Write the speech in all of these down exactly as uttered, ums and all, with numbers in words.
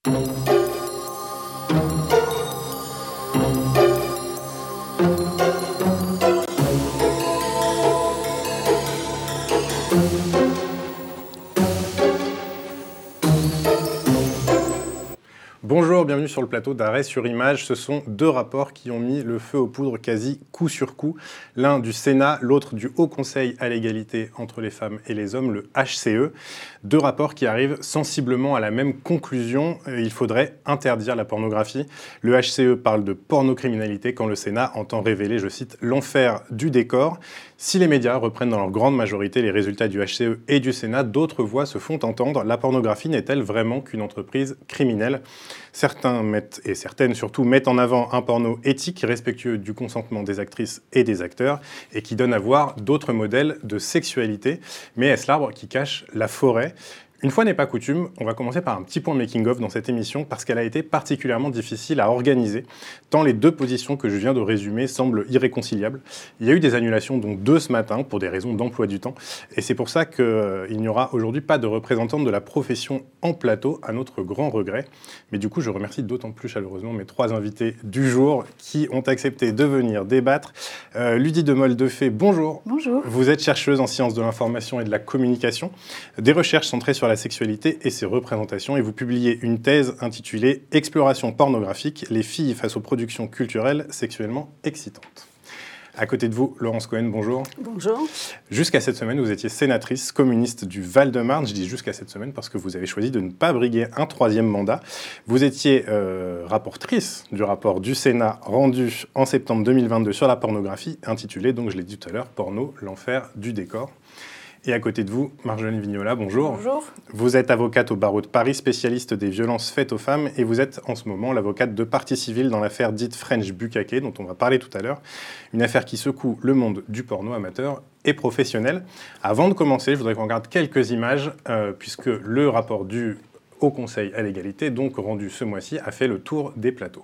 Bonjour, bienvenue sur le plateau d'Arrêt sur Image. Ce sont deux rapports qui ont mis le feu aux poudres quasi coup sur coup. L'un du Sénat, l'autre du Haut Conseil à l'égalité entre les femmes et les hommes, le H C E. Deux rapports qui arrivent sensiblement à la même conclusion. Il faudrait interdire la pornographie. Le H C E parle de pornocriminalité quand le Sénat entend révéler, je cite, l'enfer du décor. Si les médias reprennent dans leur grande majorité les résultats du H C E et du Sénat, d'autres voix se font entendre. La pornographie n'est-elle vraiment qu'une entreprise criminelle ? Certains mettent, et certaines surtout, mettent en avant un porno éthique, respectueux du consentement des actrices et des acteurs, et qui donne à voir d'autres modèles de sexualité. Mais est-ce l'arbre qui cache la forêt ? Une fois n'est pas coutume, on va commencer par un petit point making-of dans cette émission parce qu'elle a été particulièrement difficile à organiser, tant les deux positions que je viens de résumer semblent irréconciliables. Il y a eu des annulations, dont deux ce matin, pour des raisons d'emploi du temps, et c'est pour ça qu'il euh, n'y aura aujourd'hui pas de représentante de la profession en plateau, à notre grand regret. Mais du coup, je remercie d'autant plus chaleureusement mes trois invités du jour qui ont accepté de venir débattre. Euh, Ludie de Moldefay, bonjour. Bonjour. Vous êtes chercheuse en sciences de l'information et de la communication, des recherches centrées sur la sexualité et ses représentations, et vous publiez une thèse intitulée « Exploration pornographique, les filles face aux productions culturelles sexuellement excitantes ». À côté de vous, Laurence Cohen, bonjour. Bonjour. Jusqu'à cette semaine, vous étiez sénatrice communiste du Val-de-Marne. Je dis jusqu'à cette semaine parce que vous avez choisi de ne pas briguer un troisième mandat. Vous étiez euh, rapportrice du rapport du Sénat rendu en septembre deux mille vingt-deux sur la pornographie, intitulé, donc je l'ai dit tout à l'heure, « Porno, l'enfer du décor ». Et à côté de vous, Marjolaine Vignola, bonjour. Bonjour. Vous êtes avocate au barreau de Paris, spécialiste des violences faites aux femmes, et vous êtes en ce moment l'avocate de partie civile dans l'affaire dite French Bukkake, dont on va parler tout à l'heure. Une affaire qui secoue le monde du porno amateur et professionnel. Avant de commencer, je voudrais qu'on regarde quelques images, euh, puisque le rapport du Haut Conseil à l'égalité, donc rendu ce mois-ci, a fait le tour des plateaux.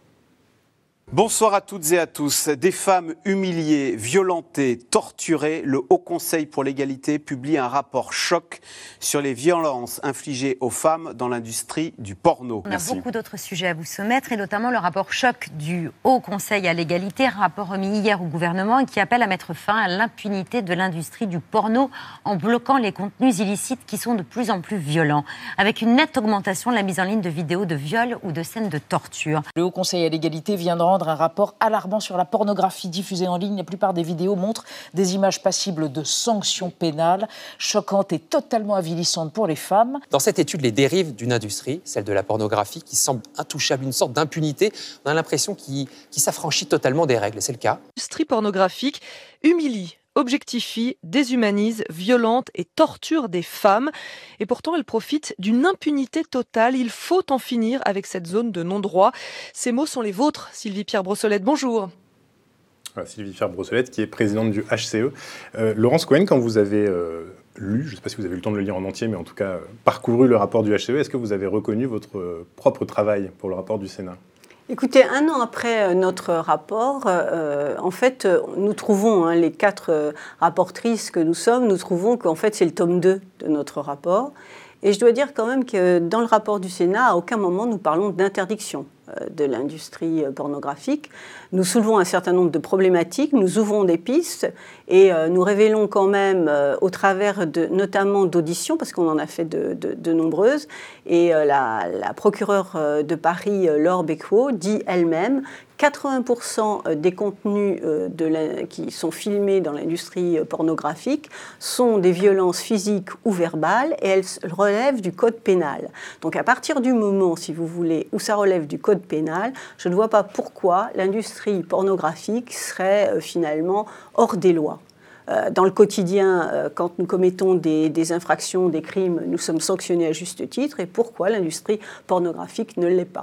Bonsoir à toutes et à tous. Des femmes humiliées, violentées, torturées, le Haut Conseil pour l'égalité publie un rapport choc sur les violences infligées aux femmes dans l'industrie du porno. On a Merci. beaucoup d'autres sujets à vous soumettre, et notamment le rapport choc du Haut Conseil à l'égalité, rapport remis hier au gouvernement et qui appelle à mettre fin à l'impunité de l'industrie du porno en bloquant les contenus illicites qui sont de plus en plus violents, avec une nette augmentation de la mise en ligne de vidéos de viol ou de scènes de torture. Le Haut Conseil à l'égalité vient de rendre un rapport alarmant sur la pornographie diffusée en ligne. La plupart des vidéos montrent des images passibles de sanctions pénales, choquantes et totalement avilissantes pour les femmes. Dans cette étude, les dérives d'une industrie, celle de la pornographie, qui semble intouchable, une sorte d'impunité, on a l'impression qu'il, qu'il s'affranchit totalement des règles, et c'est le cas. L'industrie pornographique humilie, objectifie, déshumanise, violente et torture des femmes. Et pourtant, elle profite d'une impunité totale. Il faut en finir avec cette zone de non-droit. Ces mots sont les vôtres, Sylvie Pierre Brossolette. Bonjour. Voilà, Sylvie Pierre Brossolette, qui est présidente du H C E. Euh, Laurence Cohen, quand vous avez euh, lu, je ne sais pas si vous avez eu le temps de le lire en entier, mais en tout cas euh, parcouru le rapport du H C E, est-ce que vous avez reconnu votre euh, propre travail pour le rapport du Sénat ? Écoutez, un an après notre rapport, euh, en fait, nous trouvons, hein, les quatre euh, rapportrices que nous sommes, nous trouvons qu'en fait, c'est le tome deux de notre rapport. Et je dois dire quand même que dans le rapport du Sénat, à aucun moment nous parlons d'interdiction de l'industrie pornographique. Nous soulevons un certain nombre de problématiques, nous ouvrons des pistes et euh, nous révélons quand même, euh, au travers de, notamment d'auditions, parce qu'on en a fait de, de, de nombreuses, et euh, la, la procureure de Paris, Laure Becquot, dit elle-même quatre-vingts pour cent des contenus de la, qui sont filmés dans l'industrie pornographique sont des violences physiques ou verbales et elles relèvent du code pénal. Donc à partir du moment, si vous voulez, où ça relève du code pénal, je ne vois pas pourquoi l'industrie pornographique serait euh, finalement hors des lois. Euh, dans le quotidien, euh, quand nous commettons des, des infractions, des crimes, nous sommes sanctionnés à juste titre, et pourquoi l'industrie pornographique ne l'est pas ?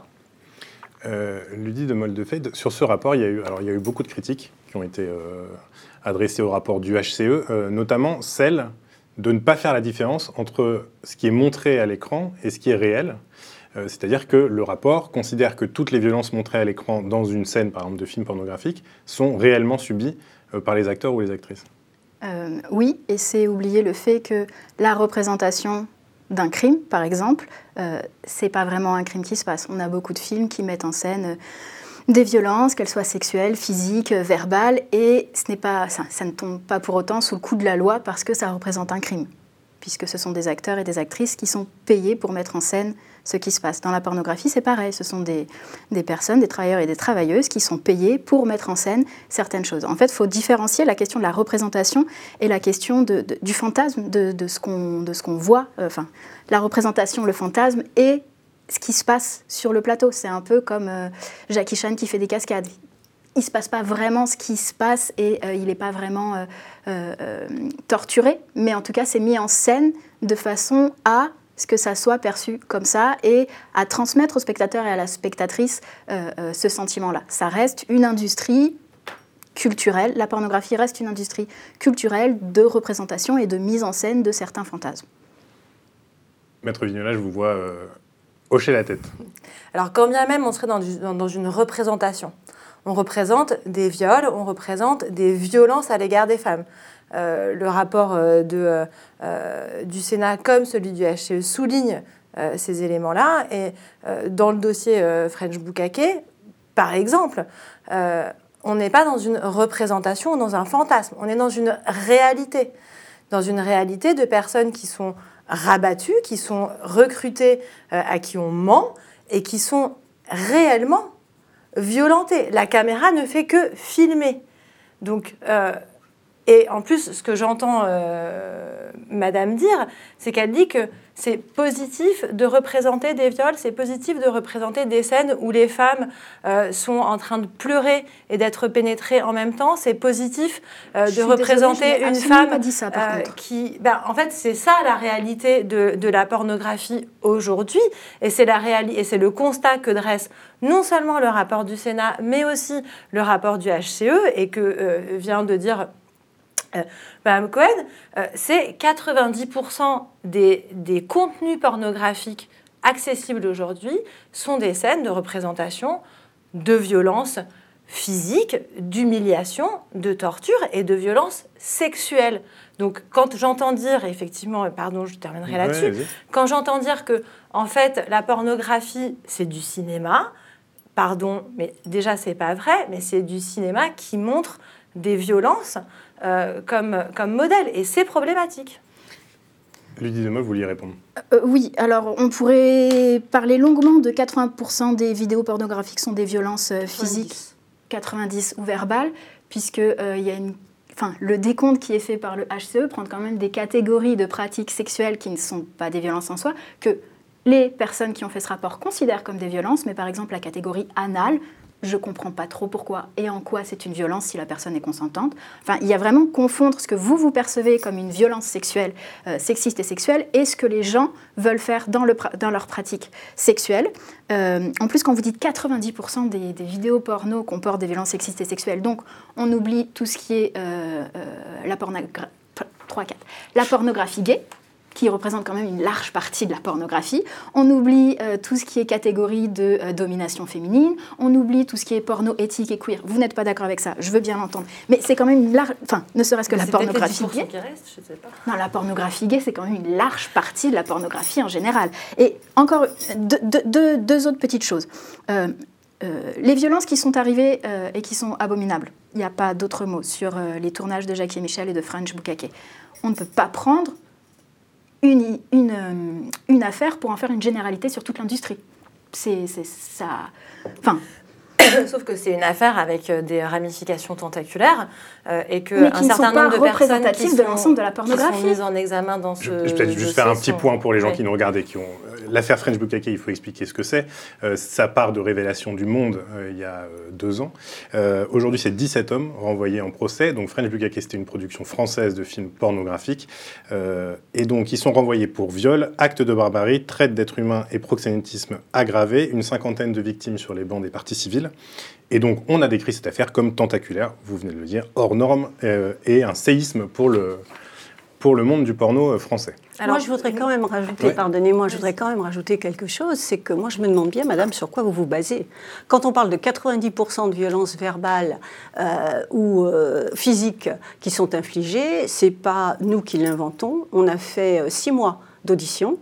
Euh, Ludie de Moldefay, sur ce rapport, il y a eu, alors, il y a eu beaucoup de critiques qui ont été euh, adressées au rapport du H C E, euh, notamment celle de ne pas faire la différence entre ce qui est montré à l'écran et ce qui est réel. Euh, c'est-à-dire que le rapport considère que toutes les violences montrées à l'écran dans une scène, par exemple, de film pornographique, sont réellement subies euh, par les acteurs ou les actrices. Euh, oui, et c'est oublier le fait que la représentation d'un crime, par exemple, euh, c'est pas vraiment un crime qui se passe. On a beaucoup de films qui mettent en scène euh, des violences, qu'elles soient sexuelles, physiques, euh, verbales, et ce n'est pas, ça, ça ne tombe pas pour autant sous le coup de la loi parce que ça représente un crime, puisque ce sont des acteurs et des actrices qui sont payés pour mettre en scène ce qui se passe. Dans la pornographie, c'est pareil. Ce sont des, des personnes, des travailleurs et des travailleuses qui sont payés pour mettre en scène certaines choses. En fait, il faut différencier la question de la représentation et la question de, de, du fantasme, de, de ce qu'on de ce qu'on voit. Euh, enfin, la représentation, le fantasme et ce qui se passe sur le plateau. C'est un peu comme euh, Jackie Chan qui fait des cascades. Il ne se passe pas vraiment ce qui se passe et euh, il n'est pas vraiment euh, euh, torturé, mais en tout cas, c'est mis en scène de façon à ce que ça soit perçu comme ça et à transmettre au spectateur et à la spectatrice euh, euh, ce sentiment-là. Ça reste une industrie culturelle, la pornographie reste une industrie culturelle de représentation et de mise en scène de certains fantasmes. Maître Vignola, je vous vois euh, hocher la tête. Alors quand bien même on serait dans, du, dans, dans une représentation, on représente des viols, on représente des violences à l'égard des femmes. Euh, le rapport euh, de, euh, du Sénat comme celui du H C E souligne euh, ces éléments-là. Et euh, dans le dossier euh, French Bukake, par exemple, euh, on n'est pas dans une représentation ou dans un fantasme, on est dans une réalité. Dans une réalité de personnes qui sont rabattues, qui sont recrutées, euh, à qui on ment et qui sont réellement violentées. La caméra ne fait que filmer. Donc... Euh, Et en plus, ce que j'entends euh, Madame dire, c'est qu'elle dit que c'est positif de représenter des viols, c'est positif de représenter des scènes où les femmes euh, sont en train de pleurer et d'être pénétrées en même temps. C'est positif euh, de représenter désolée, une femme pas dit ça, par euh, contre. qui... Ben, en fait, c'est ça la réalité de, de la pornographie aujourd'hui. Et c'est, la réali- et c'est le constat que dresse non seulement le rapport du Sénat, mais aussi le rapport du H C E, et que euh, vient de dire... Euh, Madame Cohen, euh, c'est quatre-vingt-dix pour cent des, des contenus pornographiques accessibles aujourd'hui sont des scènes de représentation de violences physiques, d'humiliation, de torture et de violences sexuelles. Donc quand j'entends dire, effectivement, pardon, je terminerai Ouais, là-dessus, vas-y. quand j'entends dire que, en fait, la pornographie, c'est du cinéma, pardon, mais déjà, c'est pas vrai, mais c'est du cinéma qui montre des violences euh, comme, comme modèle, et c'est problématique. Ludie Demeule, vous vouliez répondre. Euh, oui, alors on pourrait parler longuement de quatre-vingts pour cent des vidéos pornographiques sont des violences euh, physiques, quatre-vingt-dix ou verbales, puisque euh, il y a une, enfin, le décompte qui est fait par le H C E prend quand même des catégories de pratiques sexuelles qui ne sont pas des violences en soi, que les personnes qui ont fait ce rapport considèrent comme des violences, mais par exemple la catégorie anale, je ne comprends pas trop pourquoi et en quoi c'est une violence si la personne est consentante. Enfin, il y a vraiment confondre ce que vous, vous percevez comme une violence sexuelle, euh, sexiste et sexuelle, et ce que les gens veulent faire dans, le, dans leur pratique sexuelle. Euh, en plus, quand vous dites quatre-vingt-dix pour cent des, des vidéos porno comportent des violences sexistes et sexuelles, donc on oublie tout ce qui est euh, euh, la, pornogra- trois, quatre, la pornographie gay, qui représente quand même une large partie de la pornographie. On oublie euh, tout ce qui est catégorie de euh, domination féminine. On oublie tout ce qui est porno éthique et queer. Vous n'êtes pas d'accord avec ça, je veux bien l'entendre. Mais c'est quand même une large... Enfin, ne serait-ce que Mais la c'est pornographie peut-être les dix pour cent gay. qui restent, je sais pas. Non, la pornographie gay, c'est quand même une large partie de la pornographie en général. Et encore deux, deux, deux, deux autres petites choses. Euh, euh, les violences qui sont arrivées euh, et qui sont abominables, il n'y a pas d'autre mot, sur euh, les tournages de Jackie et Michel et de French Bukake. On ne peut pas prendre Une, une, une affaire pour en faire une généralité sur toute l'industrie. C'est, c'est ça... Enfin... Sauf que c'est une affaire avec des ramifications tentaculaires euh, et que mais qui un ne certain sont pas nombre de personnes représentatives qui de sont, l'ensemble de la qui pornographie. sont mises en examen dans ce Je, je vais peut-être juste faire un petit sont... point pour les gens oui. qui nous regardent et qui ont... L'affaire French Bukake, il faut expliquer ce que c'est. Euh, ça part de Révélation du Monde euh, il y a euh, deux ans. Euh, aujourd'hui, c'est dix-sept hommes renvoyés en procès. Donc French Bukake, c'était une production française de films pornographiques. Euh, et donc, ils sont renvoyés pour viol, acte de barbarie, traite d'êtres humains et proxénétisme aggravé. Une cinquantaine de victimes sur les bancs des parties civiles. Et donc, on a décrit cette affaire comme tentaculaire, vous venez de le dire, hors norme, euh, et un séisme pour le, pour le monde du porno français. Alors, moi, je voudrais quand même rajouter, ouais. pardonnez-moi, je voudrais quand même rajouter quelque chose, c'est que moi, je me demande bien, madame, sur quoi vous vous basez. Quand on parle de quatre-vingt-dix pour cent de violences verbales euh, ou euh, physiques qui sont infligées, c'est pas nous qui l'inventons. On a fait euh, six mois d'audition.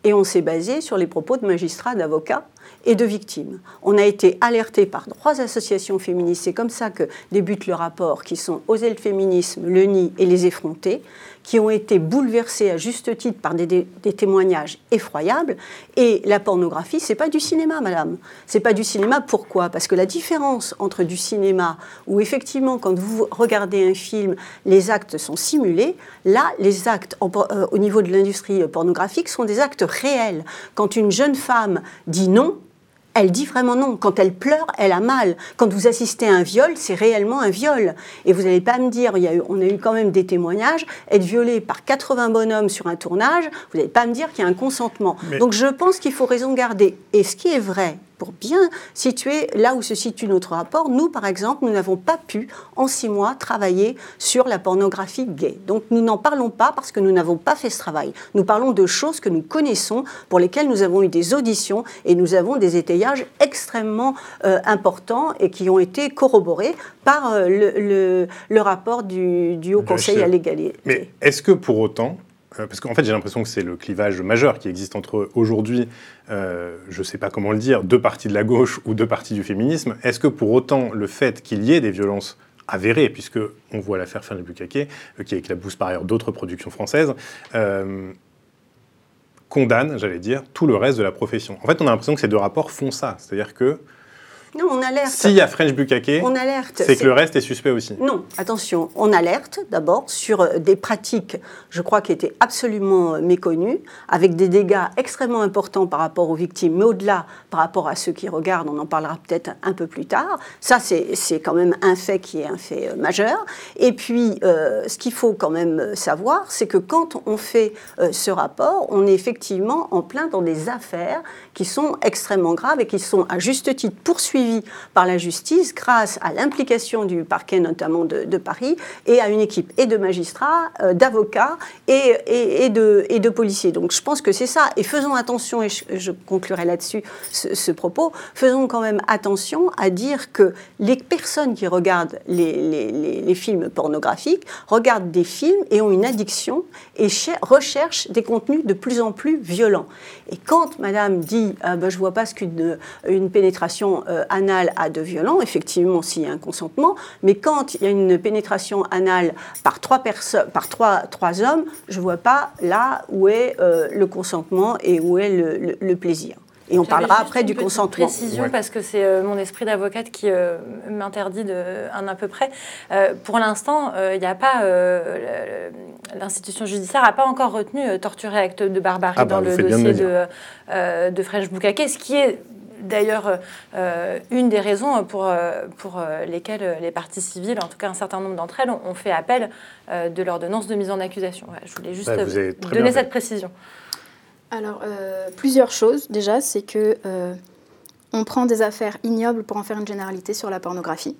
et on s'est basé sur les propos de magistrats, d'avocats et de victimes. On a été alerté par trois associations féministes, c'est comme ça que débute le rapport, qui sont Oser le féminisme, Le Nid et Les Effrontés, qui ont été bouleversés à juste titre par des, des, des témoignages effroyables. Et la pornographie, c'est pas du cinéma, madame. C'est pas du cinéma, pourquoi ? Parce que la différence entre du cinéma, où effectivement, quand vous regardez un film, les actes sont simulés, là, les actes en, euh, au niveau de l'industrie pornographique sont des actes réels. Quand une jeune femme dit non, elle dit vraiment non. Quand elle pleure, elle a mal. Quand vous assistez à un viol, c'est réellement un viol. Et vous n'allez pas me dire, il y a eu, on a eu quand même des témoignages, être violée par quatre-vingts bonhommes sur un tournage, vous n'allez pas me dire qu'il y a un consentement. Mais... Donc je pense qu'il faut raison garder. Et ce qui est vrai, pour bien situer là où se situe notre rapport, nous, par exemple, nous n'avons pas pu, en six mois, travailler sur la pornographie gay. Donc nous n'en parlons pas parce que nous n'avons pas fait ce travail. Nous parlons de choses que nous connaissons, pour lesquelles nous avons eu des auditions et nous avons des étayages extrêmement euh, importants et qui ont été corroborés par euh, le, le, le rapport du, du Haut Conseil à l'égalité. Mais est-ce que pour autant... Parce qu'en fait, j'ai l'impression que c'est le clivage majeur qui existe entre aujourd'hui, euh, je ne sais pas comment le dire, deux partis de la gauche ou deux partis du féminisme. Est-ce que pour autant, le fait qu'il y ait des violences avérées, puisqu'on voit l'affaire French Bukkake, euh, qui éclabousse par ailleurs d'autres productions françaises, euh, condamne, j'allais dire, tout le reste de la profession. En fait, on a l'impression que ces deux rapports font ça. C'est-à-dire que non, on alerte. S'il y a French Bukkake, on alerte. C'est que c'est... le reste est suspect aussi. Non, attention, on alerte d'abord sur des pratiques, je crois, qui étaient absolument méconnues, avec des dégâts extrêmement importants par rapport aux victimes, mais au-delà, par rapport à ceux qui regardent, on en parlera peut-être un peu plus tard. Ça, c'est, c'est quand même un fait qui est un fait majeur. Et puis, euh, ce qu'il faut quand même savoir, c'est que quand on fait euh, ce rapport, on est effectivement en plein dans des affaires qui sont extrêmement graves et qui sont à juste titre poursuivies par la justice grâce à l'implication du parquet notamment de, de Paris et à une équipe et de magistrats, euh, d'avocats et, et, et, de, et de policiers. Donc je pense que c'est ça. Et faisons attention, et je, je conclurai là-dessus ce, ce propos, faisons quand même attention à dire que les personnes qui regardent les, les, les, les films pornographiques regardent des films et ont une addiction et cher- recherchent des contenus de plus en plus violents. Et quand madame dit ah ben, « je ne vois pas ce qu'une une pénétration euh, anale a de violent », effectivement, s'il y a un consentement, mais quand il y a une pénétration anale par trois, perso- par trois, trois hommes, je ne vois pas là où est euh, le consentement et où est le, le, le plaisir. Et on J'avais parlera après du consentement. Précision, ouais. Parce que c'est euh, mon esprit d'avocate qui euh, m'interdit de, un à peu près. Euh, pour l'instant, il euh, n'y a pas euh, l'institution judiciaire n'a pas encore retenu euh, torturer acte de barbarie ah bah, dans le dossier de, euh, de French Bukkake, ce qui est d'ailleurs euh, une des raisons pour, euh, pour euh, lesquelles les parties civiles, en tout cas un certain nombre d'entre elles, ont, ont fait appel euh, de l'ordonnance de mise en accusation. Ouais, je voulais juste bah, donner cette précision. Alors, euh, plusieurs choses. Déjà, c'est que euh, on prend des affaires ignobles pour en faire une généralité sur la pornographie.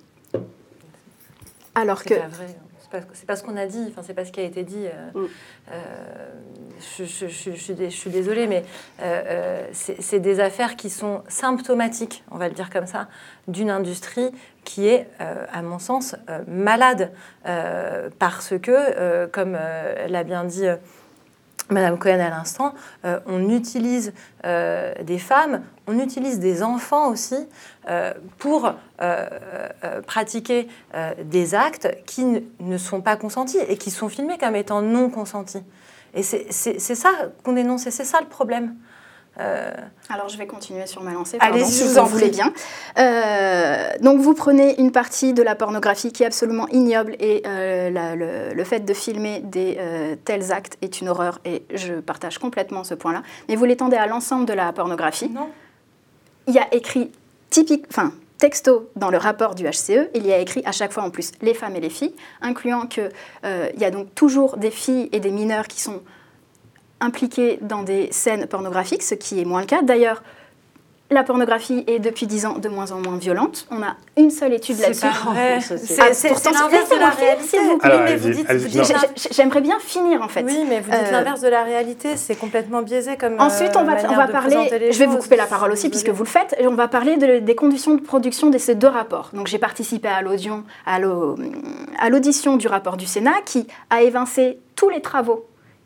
Alors c'est que... Pas vrai. C'est pas, c'est pas ce qu'on a dit, enfin, c'est pas ce qui a été dit. Euh, mm. euh, je, je, je, je, suis, je suis désolée, mais euh, euh, c'est, c'est des affaires qui sont symptomatiques, on va le dire comme ça, d'une industrie qui est, euh, à mon sens, euh, malade. Euh, parce que, euh, comme euh, l'a bien dit... Euh, Madame Cohen à l'instant, euh, on utilise euh, des femmes, on utilise des enfants aussi euh, pour euh, euh, pratiquer euh, des actes qui n- ne sont pas consentis et qui sont filmés comme étant non consentis. Et c'est, c'est, c'est ça qu'on dénonce et c'est ça le problème. Euh... Alors, je vais continuer sur ma lancée, pardon, Allez-y, si vous en voulez bien. Euh, donc, vous prenez une partie de la pornographie qui est absolument ignoble et euh, la, le, le fait de filmer des euh, tels actes est une horreur et je partage complètement ce point-là. Mais vous l'étendez à l'ensemble de la pornographie. Non. Il y a écrit typique, enfin, texto dans le rapport du H C E, il y a écrit à chaque fois en plus les femmes et les filles, incluant qu'il euh, y a donc toujours des filles et des mineurs qui sont impliqués dans des scènes pornographiques, ce qui est moins le cas. D'ailleurs, la pornographie est depuis dix ans de moins en moins violente. On a une seule étude c'est là-dessus. Pas vrai. C'est, c'est, ah, c'est, pourtant, c'est l'inverse de la réalité. S'il vous plaît, Alors, mais vous dites, vous dites j'ai, j'aimerais bien finir en fait. Oui, mais vous dites euh, l'inverse de la réalité. C'est complètement biaisé comme. Ensuite, on va, euh, on va parler. Je vais vous couper la parole aussi puisque vous le faites. Et on va parler de, des conditions de production de ces deux rapports. Donc, j'ai participé à l'audition, à, l'au, à l'audition du rapport du Sénat qui a évincé tous les travaux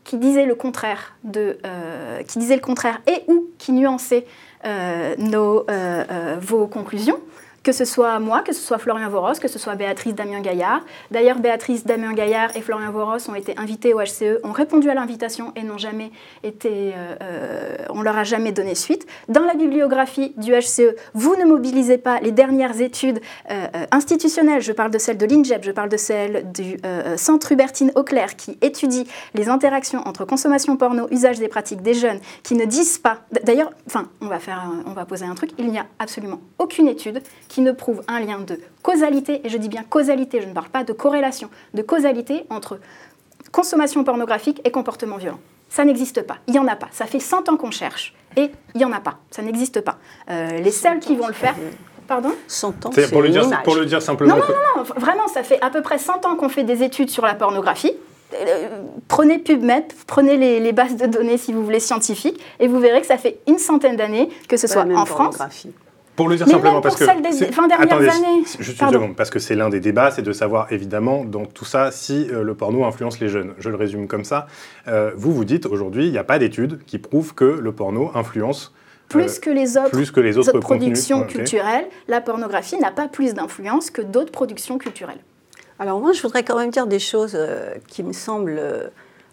qui disaient le contraire, de, euh, qui disaient le contraire et ou qui nuançaient euh, nos, euh, euh, vos conclusions, que ce soit moi, que ce soit Florian Voros, que ce soit Béatrice Damiens-Gaillard. D'ailleurs, Béatrice Damiens-Gaillard et Florian Voros ont été invités au H C E, ont répondu à l'invitation et n'ont jamais été, euh, on leur a jamais donné suite. Dans la bibliographie du H C E, vous ne mobilisez pas les dernières études euh, institutionnelles. Je parle de celle de l'I N G E P, je parle de celle du euh, Centre Hubertine Auclair qui étudie les interactions entre consommation porno, usage des pratiques des jeunes, qui ne disent pas. D'ailleurs, enfin, on va faire, on va poser un truc. Il n'y a absolument aucune étude qui ne prouve un lien de causalité, et je dis bien causalité, je ne parle pas de corrélation, de causalité entre consommation pornographique et comportement violent. Ça n'existe pas, il n'y en a pas. Ça fait cent ans qu'on cherche, et il n'y en a pas, ça n'existe pas. Euh, les seuls qui vont le faire... Pardon ? cent ans, c'est, c'est pour, le dire, une image. pour le dire simplement... Non, non, non, non, vraiment, ça fait à peu près cent ans qu'on fait des études sur la pornographie. Euh, prenez PubMed, prenez les, les bases de données, si vous voulez, scientifiques, et vous verrez que ça fait une centaine d'années, que ce soit en France... Pour le dire mais simplement, même parce pour que celle des c'est... vingt dernières Attendez, années. Juste une seconde, parce que c'est l'un des débats, c'est de savoir évidemment dans tout ça si euh, le porno influence les jeunes. Je le résume comme ça. Euh, vous vous dites aujourd'hui, il n'y a pas d'études qui prouvent que le porno influence plus euh, que les autres, plus que les autres, autres productions contenus. culturelles. Okay. La pornographie n'a pas plus d'influence que d'autres productions culturelles. Alors moi, je voudrais quand même dire des choses euh, qui me semblent euh,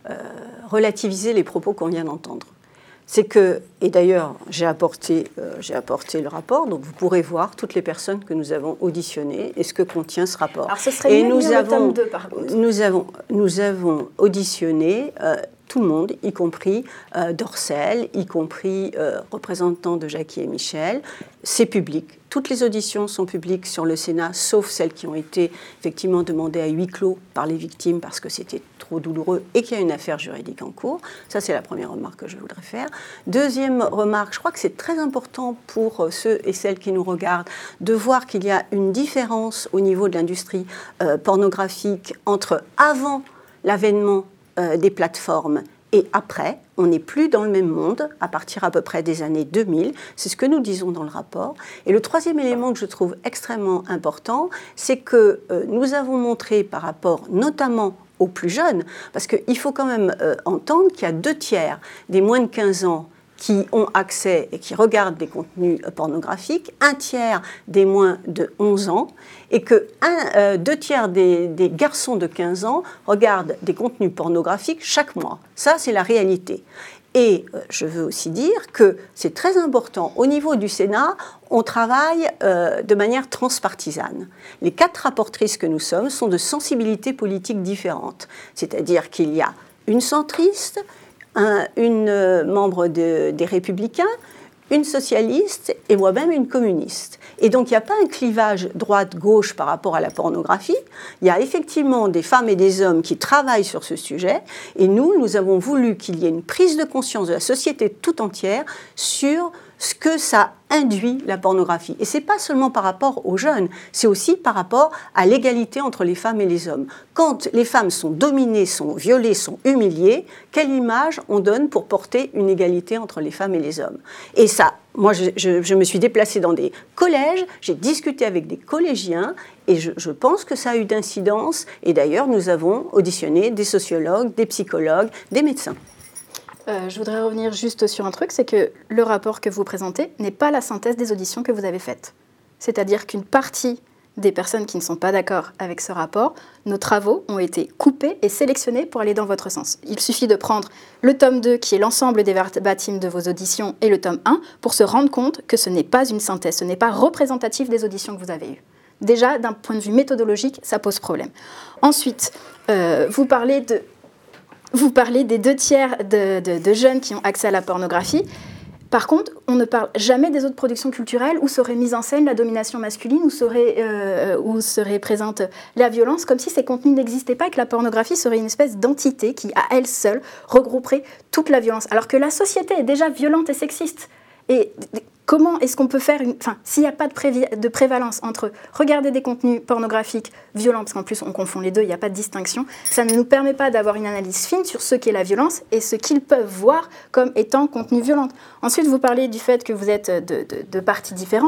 relativiser les propos qu'on vient d'entendre. C'est que, et d'ailleurs, j'ai apporté, euh, j'ai apporté le rapport, donc vous pourrez voir toutes les personnes que nous avons auditionnées et ce que contient ce rapport. Alors ce serait et mieux nous le avons, tome deux, par contre. Nous avons, nous avons auditionné euh, tout le monde, y compris euh, Dorcel, y compris euh, représentants de Jackie et Michel. C'est public. Toutes les auditions sont publiques sur le Sénat, sauf celles qui ont été effectivement demandées à huis clos par les victimes parce que c'était trop douloureux et qu'il y a une affaire juridique en cours. Ça, c'est la première remarque que je voudrais faire. Deuxième remarque, je crois que c'est très important pour ceux et celles qui nous regardent de voir qu'il y a une différence au niveau de l'industrie euh, pornographique entre avant l'avènement euh, des plateformes et après. On n'est plus dans le même monde à partir à peu près des années deux mille. C'est ce que nous disons dans le rapport. Et le troisième élément que je trouve extrêmement important, c'est que euh, nous avons montré par rapport notamment aux plus jeunes, parce qu'il faut quand même euh, entendre qu'il y a deux tiers des moins de quinze ans qui ont accès et qui regardent des contenus pornographiques, un tiers des moins de onze ans, et que un, euh, deux tiers des, des garçons de quinze ans regardent des contenus pornographiques chaque mois. Ça, c'est la réalité. Et euh, je veux aussi dire que c'est très important, au niveau du Sénat, on travaille euh, de manière transpartisane. Les quatre rapportrices que nous sommes sont de sensibilités politiques différentes, c'est-à-dire qu'il y a une centriste, Un, une euh, membre de, des Républicains, une socialiste et moi-même une communiste. Et donc il n'y a pas un clivage droite-gauche par rapport à la pornographie. Il y a effectivement des femmes et des hommes qui travaillent sur ce sujet. Et nous, nous avons voulu qu'il y ait une prise de conscience de la société tout entière sur ce que ça induit la pornographie. Et ce n'est pas seulement par rapport aux jeunes, c'est aussi par rapport à l'égalité entre les femmes et les hommes. Quand les femmes sont dominées, sont violées, sont humiliées, quelle image on donne pour porter une égalité entre les femmes et les hommes ? Et ça, moi, je, je, je me suis déplacée dans des collèges, j'ai discuté avec des collégiens, et je, je pense que ça a eu d'incidence. Et d'ailleurs, nous avons auditionné des sociologues, des psychologues, des médecins. Euh, je voudrais revenir juste sur un truc, c'est que le rapport que vous présentez n'est pas la synthèse des auditions que vous avez faites. C'est-à-dire qu'une partie des personnes qui ne sont pas d'accord avec ce rapport, nos travaux ont été coupés et sélectionnés pour aller dans votre sens. Il suffit de prendre le tome deux, qui est l'ensemble des verbatim de vos auditions, et le tome un, pour se rendre compte que ce n'est pas une synthèse, ce n'est pas représentatif des auditions que vous avez eues. Déjà, d'un point de vue méthodologique, ça pose problème. Ensuite, euh, vous parlez de... Vous parlez des deux tiers de, de, de jeunes qui ont accès à la pornographie. Par contre, on ne parle jamais des autres productions culturelles où serait mise en scène la domination masculine, où serait, euh, où serait présente la violence, comme si ces contenus n'existaient pas et que la pornographie serait une espèce d'entité qui, à elle seule, regrouperait toute la violence. Alors que la société est déjà violente et sexiste. Et comment est-ce qu'on peut faire une... Enfin, s'il n'y a pas de, prévi... de prévalence entre regarder des contenus pornographiques violents, parce qu'en plus on confond les deux, il n'y a pas de distinction, ça ne nous permet pas d'avoir une analyse fine sur ce qu'est la violence et ce qu'ils peuvent voir comme étant contenu violent. Ensuite, vous parlez du fait que vous êtes de, de, de partis différents.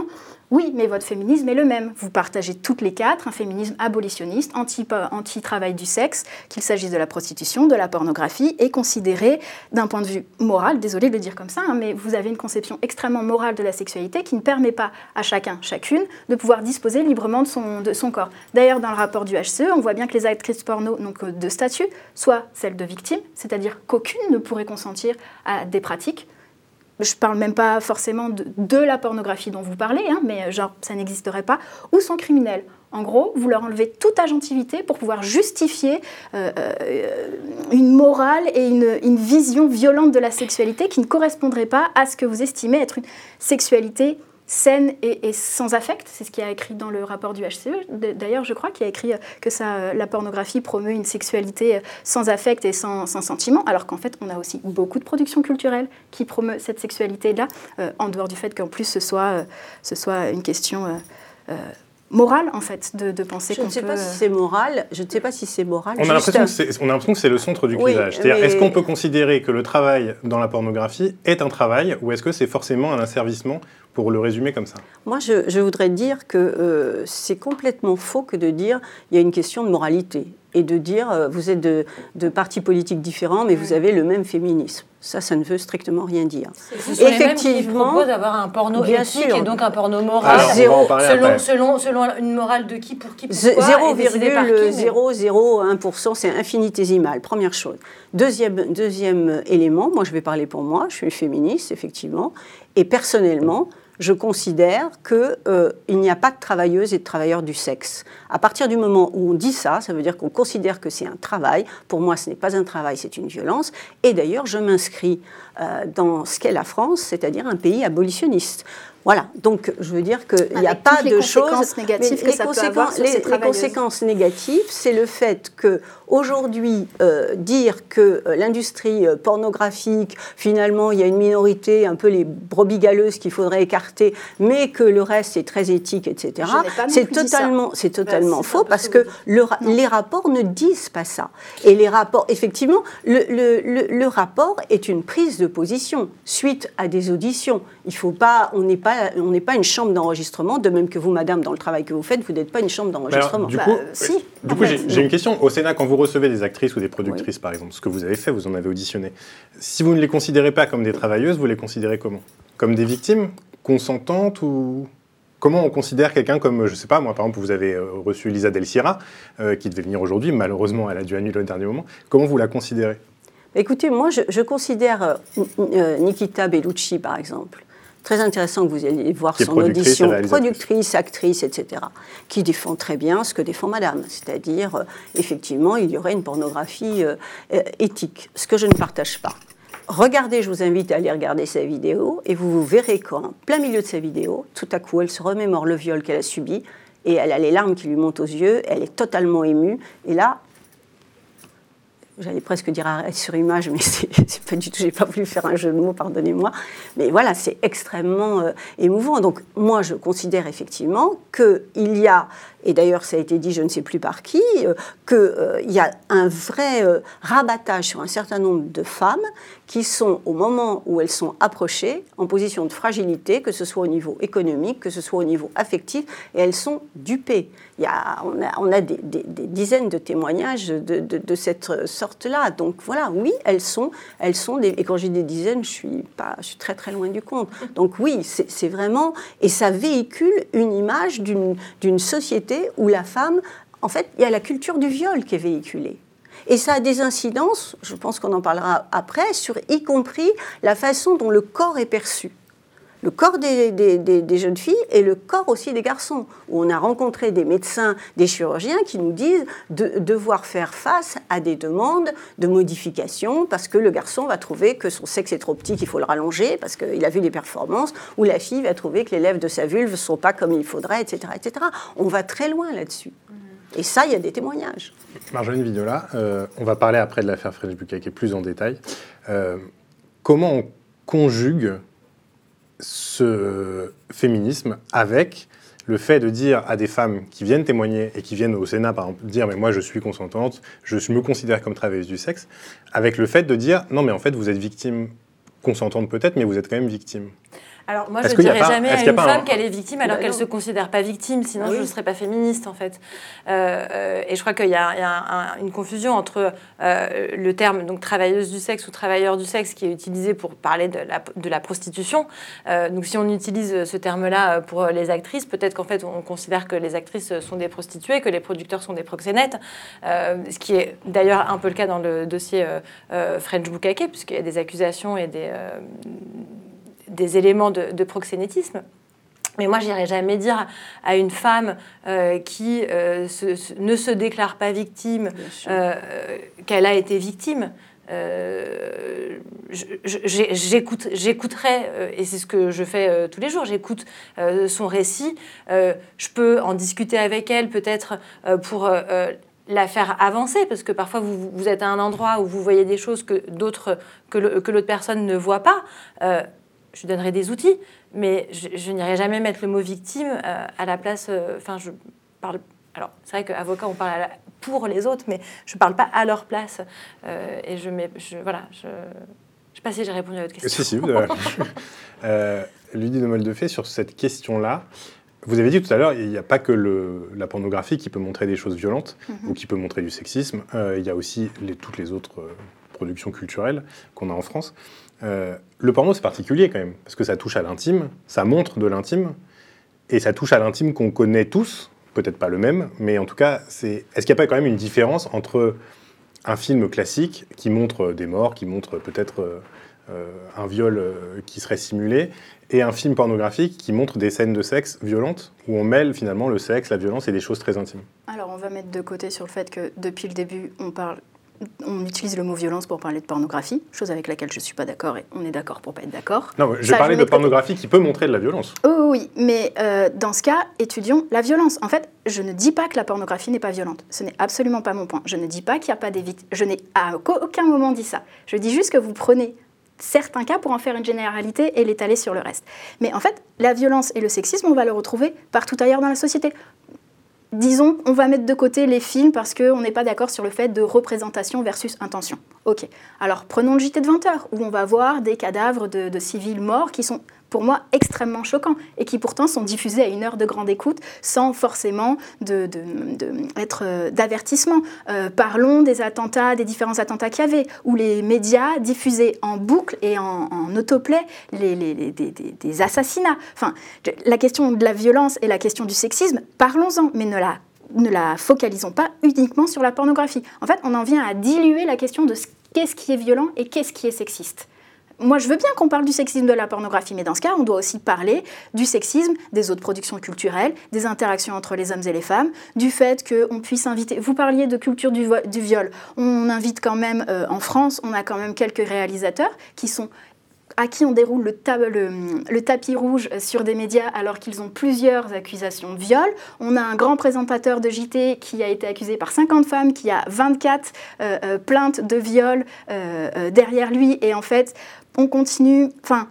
Oui, mais votre féminisme est le même. Vous partagez toutes les quatre un féminisme abolitionniste, anti, anti-travail du sexe, qu'il s'agisse de la prostitution, de la pornographie, et considéré d'un point de vue moral, désolé de le dire comme ça, hein, mais vous avez une conception extrêmement morale de la sexualité qui ne permet pas à chacun, chacune, de pouvoir disposer librement de son, de son corps. D'ailleurs, dans le rapport du H C E, on voit bien que les actrices porno n'ont que deux statuts, soit celle de victime, c'est-à-dire qu'aucune ne pourrait consentir à des pratiques. Je ne parle même pas forcément de, de la pornographie dont vous parlez, hein, mais genre ça n'existerait pas, ou sont criminels. En gros, vous leur enlevez toute agentivité pour pouvoir justifier euh, euh, une morale et une, une vision violente de la sexualité qui ne correspondrait pas à ce que vous estimez être une sexualité saine et, et sans affect. C'est ce qu'il y a écrit dans le rapport du H C E. D'ailleurs, je crois qu'il y a écrit que ça, la pornographie promeut une sexualité sans affect et sans, sans sentiment, alors qu'en fait, on a aussi beaucoup de productions culturelles qui promeut cette sexualité-là, euh, en dehors du fait qu'en plus, ce soit, euh, ce soit une question euh, euh, morale, en fait, de, de penser qu'on peut... Je ne sais pas si c'est moral. Je ne sais pas si c'est moral. On a l'impression que c'est, on a l'impression que c'est le centre du clivage. Oui, C'est-à-dire, mais... est-ce qu'on peut considérer que le travail dans la pornographie est un travail, ou est-ce que c'est forcément un asservissement, pour le résumer comme ça? Moi, je, je voudrais dire que euh, c'est complètement faux que de dire il y a une question de moralité et de dire euh, vous êtes de, de partis politiques différents, mais vous avez le même féminisme. Ça, ça ne veut strictement rien dire. Ce sont les mêmes qui proposent d'avoir un porno bien éthique sûr. et donc un porno moral. Alors, Zéro, selon, selon, selon une morale de qui, pour qui, pourquoi. zéro virgule zéro zéro un pour cent, c'est infinitésimal, première chose. Deuxième, deuxième élément, moi je vais parler pour moi, je suis féministe, effectivement, et personnellement, je considère qu'il euh, n'y a pas de travailleuses et de travailleurs du sexe. À partir du moment où on dit ça, ça veut dire qu'on considère que c'est un travail. Pour moi, ce n'est pas un travail, c'est une violence. Et d'ailleurs, je m'inscris euh, dans ce qu'est la France, c'est-à-dire un pays abolitionniste. Voilà, donc je veux dire qu'il n'y a Avec pas toutes de les choses... conséquences négatives que ça peut avoir sur les, ces les travailleuses. conséquences négatives, c'est le fait qu'aujourd'hui, euh, dire que euh, l'industrie euh, pornographique, finalement, il y a une minorité, un peu les brebis galeuses qu'il faudrait écarter, mais que le reste est très éthique, et cetera, c'est totalement, c'est totalement bah, faux, parce que le, les rapports ne disent pas ça. Et les rapports, effectivement, le, le, le, le rapport est une prise de position suite à des auditions. Il faut pas, on n'est pas on n'est pas une chambre d'enregistrement, de même que vous, madame, dans le travail que vous faites, vous n'êtes pas une chambre d'enregistrement. Alors, du coup, bah, euh, si, du coup j'ai, j'ai une question. Au Sénat, quand vous recevez des actrices ou des productrices, oui. par exemple, ce que vous avez fait, vous en avez auditionné, si vous ne les considérez pas comme des travailleuses, vous les considérez comment? Comme des victimes consentantes ou... Comment on considère quelqu'un comme, je ne sais pas, moi, par exemple, vous avez reçu Lisa Del Sierra, euh, qui devait venir aujourd'hui, malheureusement, elle a dû annuler au dernier moment. Comment vous la considérez? Écoutez, moi, je, je considère euh, euh, Nikita Bellucci, par exemple, très intéressant que vous alliez voir qui son audition, productrice, actrice, et cetera, qui défend très bien ce que défend Madame, c'est-à-dire, euh, effectivement, il y aurait une pornographie euh, euh, éthique, ce que je ne partage pas. Regardez, je vous invite à aller regarder sa vidéo, et vous, vous verrez qu'en plein milieu de sa vidéo, tout à coup, elle se remémore le viol qu'elle a subi, et elle a les larmes qui lui montent aux yeux, elle est totalement émue, et là, j'allais presque dire arrêt sur image, mais c'est, c'est pas du tout, j'ai pas voulu faire un jeu de mots, pardonnez-moi. Mais voilà, c'est extrêmement euh, émouvant. Donc moi, je considère effectivement qu'il y a, et d'ailleurs ça a été dit, je ne sais plus par qui, euh, qu'il euh, y a un vrai euh, rabattage sur un certain nombre de femmes qui sont, au moment où elles sont approchées, en position de fragilité, que ce soit au niveau économique, que ce soit au niveau affectif, et elles sont dupées. Il y a, on a, on a des, des, des dizaines de témoignages de, de, de cette sorte-là. Donc voilà, oui, elles sont, elles sont des, et quand j'ai des dizaines, je suis, pas, je suis très très loin du compte. Donc oui, c'est, c'est vraiment, et ça véhicule une image d'une, d'une société où la femme, en fait, il y a la culture du viol qui est véhiculée. Et ça a des incidences, je pense qu'on en parlera après, sur y compris la façon dont le corps est perçu. Le corps des, des, des, des jeunes filles et le corps aussi des garçons, où on a rencontré des médecins, des chirurgiens qui nous disent de devoir faire face à des demandes de modification parce que le garçon va trouver que son sexe est trop petit, qu'il faut le rallonger parce qu'il a vu des performances, ou la fille va trouver que les lèvres de sa vulve ne sont pas comme il faudrait, et cetera, et cetera. On va très loin là-dessus. Et ça, il y a des témoignages. Marjolaine Vignola, euh, on va parler après de l'affaire Frédéric Bucaquet plus en détail. Euh, comment on conjugue ce féminisme avec le fait de dire à des femmes qui viennent témoigner et qui viennent au Sénat, par exemple, dire « mais moi, je suis consentante, je me considère comme travailleuse du sexe », avec le fait de dire « non, mais en fait, vous êtes victime consentante peut-être, mais vous êtes quand même victime ». Alors moi, Est-ce je ne qu'il y a dirais pas- jamais est-ce à qu'il y a une pas femme un- qu'elle est victime alors Bah qu'elle non. ne se considère pas victime, sinon Ah je oui. ne serais pas féministe en fait. Euh, euh, et je crois qu'il y a, il y a un- une confusion entre euh, le terme donc, travailleuse du sexe ou travailleur du sexe qui est utilisé pour parler de la, de la prostitution. Euh, donc si on utilise ce terme-là pour les actrices, peut-être qu'en fait on considère que les actrices sont des prostituées, que les producteurs sont des proxénètes, euh, ce qui est d'ailleurs un peu le cas dans le dossier euh, euh, French Bukkake, puisqu'il y a des accusations et des... Euh, des éléments de, de proxénétisme. Mais moi, je n'irais jamais dire à une femme euh, qui euh, se, se, ne se déclare pas victime euh, qu'elle a été victime. Euh, j'écoute, j'écouterai, euh, et c'est ce que je fais euh, tous les jours, j'écoute euh, son récit. Euh, je peux en discuter avec elle, peut-être euh, pour... Euh, la faire avancer, parce que parfois vous, vous êtes à un endroit où vous voyez des choses que d'autres, que, le, que l'autre personne ne voit pas. Euh, je lui donnerai des outils, mais je, je n'irai jamais mettre le mot victime euh, à la place... Enfin, euh, je parle... Alors, c'est vrai qu'avocat, on parle à la, pour les autres, mais je ne parle pas à leur place. Euh, et je mets... Je, voilà, je... Je ne sais pas si j'ai répondu à votre question. Si, si, vous avez euh, Ludie de Moldefay, sur cette question-là, vous avez dit tout à l'heure, il n'y a pas que le, la pornographie qui peut montrer des choses violentes mm-hmm. ou qui peut montrer du sexisme. Euh, il y a aussi les, toutes les autres euh, productions culturelles qu'on a en France. Euh, le porno, c'est particulier quand même, parce que ça touche à l'intime, ça montre de l'intime, et ça touche à l'intime qu'on connaît tous, peut-être pas le même, mais en tout cas, c'est... est-ce qu'il n'y a pas quand même une différence entre un film classique qui montre des morts, qui montre peut-être euh, euh, un viol euh, qui serait simulé, et un film pornographique qui montre des scènes de sexe violentes, où on mêle finalement le sexe, la violence et des choses très intimes? Alors on va mettre de côté sur le fait que depuis le début, on parle... On utilise le mot violence pour parler de pornographie, chose avec laquelle je ne suis pas d'accord et on est d'accord pour ne pas être d'accord. Non, je Ça, parlais je de pornographie qui peut montrer de la violence. Oh oui, mais euh, dans ce cas, étudions la violence. En fait, je ne dis pas que la pornographie n'est pas violente. Ce n'est absolument pas mon point. Je ne dis pas qu'il n'y a pas des victimes. Je n'ai à aucun moment dit ça. Je dis juste que vous prenez certains cas pour en faire une généralité et l'étaler sur le reste. Mais en fait, la violence et le sexisme, on va le retrouver partout ailleurs dans la société. Disons, on va mettre de côté les films parce qu'on n'est pas d'accord sur le fait de représentation versus intention. Ok, alors prenons le J T de vingt heures, où on va voir des cadavres de, de civils morts qui sont, pour moi, extrêmement choquants et qui pourtant sont diffusés à une heure de grande écoute sans forcément de, de, de, être euh, d'avertissement. Euh, parlons des attentats, des différents attentats qu'il y avait, où les médias diffusaient en boucle et en, en autoplay les, les, les, des, des, des assassinats. Enfin, la question de la violence et la question du sexisme, parlons-en, mais ne la, ne la focalisons pas uniquement sur la pornographie. En fait, on en vient à diluer la question de ce, qu'est-ce qui est violent et qu'est-ce qui est sexiste. Moi, je veux bien qu'on parle du sexisme de la pornographie, mais dans ce cas, on doit aussi parler du sexisme des autres productions culturelles, des interactions entre les hommes et les femmes, du fait qu'on puisse inviter... Vous parliez de culture du, vo- du viol. On invite quand même, euh, en France, on a quand même quelques réalisateurs qui sont... à qui on déroule le, ta- le, le tapis rouge sur des médias alors qu'ils ont plusieurs accusations de viol. On a un grand présentateur de J T qui a été accusé par cinquante femmes, qui a vingt-quatre euh, euh, plaintes de viol euh, euh, derrière lui. Et en fait, on continue... Enfin,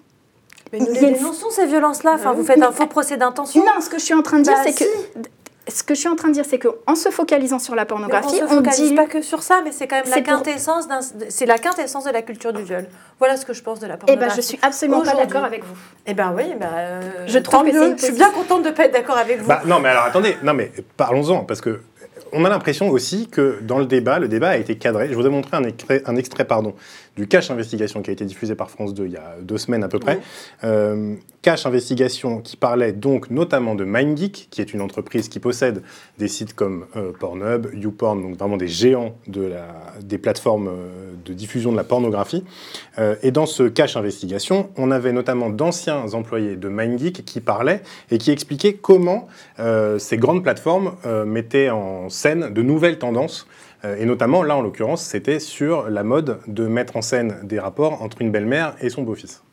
mais nous les dénonçons, ces violences-là. Enfin, vous faites mais, un faux procès d'intention. Non, ce que je suis en train de dire, bah, c'est si. que... Ce que je suis en train de dire, c'est qu'en se focalisant sur la pornographie, mais on ne se focalise dit... pas que sur ça, mais c'est quand même la c'est quintessence, pour... c'est la quintessence de la culture du viol. Voilà ce que je pense de la pornographie. Eh ben, je suis absolument pas d'accord avec vous. Eh ben oui, ben, euh, je trouve que mieux. Je suis bien contente de ne pas être d'accord avec vous. Bah, non, mais alors attendez, non mais parlons-en, parce que on a l'impression aussi que dans le débat, le débat a été cadré. Je vous ai montré un extrait, un extrait pardon, du Cache Investigation qui a été diffusé par France deux il y a deux semaines à peu près. Oui. Euh, Cache Investigation qui parlait donc notamment de MindGeek, qui est une entreprise qui possède des sites comme euh, Pornhub, YouPorn, donc vraiment des géants de la, des plateformes euh, de diffusion de la pornographie. Euh, et dans ce Cache Investigation, on avait notamment d'anciens employés de MindGeek qui parlaient et qui expliquaient comment euh, ces grandes plateformes euh, mettaient en scène de nouvelles tendances. Et notamment, là, en l'occurrence, c'était sur la mode de mettre en scène des rapports entre une belle-mère et son beau-fils.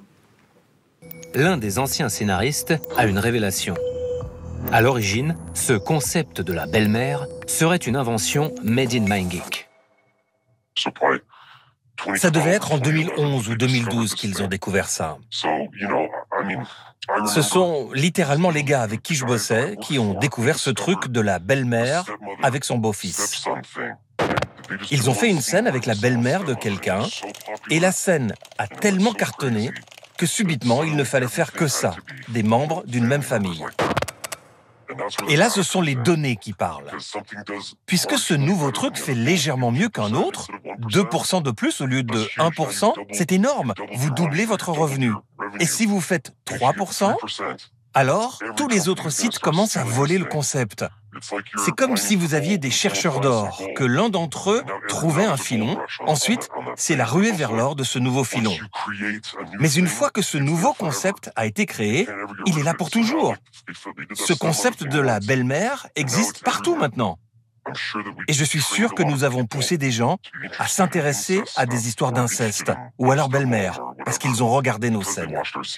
L'un des anciens scénaristes a une révélation. À l'origine, ce concept de la belle-mère serait une invention made in MindGeek. Ça devait être en deux mille onze ou deux mille douze qu'ils ont découvert ça. Ce sont littéralement les gars avec qui je bossais qui ont découvert ce truc de la belle-mère avec son beau-fils. Ils ont fait une scène avec la belle-mère de quelqu'un et la scène a tellement cartonné que subitement, il ne fallait faire que ça, des membres d'une même famille. Et là, ce sont les données qui parlent. Puisque ce nouveau truc fait légèrement mieux qu'un autre, deux pour cent de plus au lieu de un pour cent, c'est énorme. Vous doublez votre revenu. Et si vous faites trois pour cent, alors tous les autres sites commencent à voler le concept. C'est comme si vous aviez des chercheurs d'or, que l'un d'entre eux trouvait un filon. Ensuite, c'est la ruée vers l'or de ce nouveau filon. Mais une fois que ce nouveau concept a été créé, il est là pour toujours. Ce concept de la belle-mère existe partout maintenant. Et je suis sûr que nous avons poussé des gens à s'intéresser à des histoires d'inceste ou à leur belle-mère, parce qu'ils ont regardé nos scènes.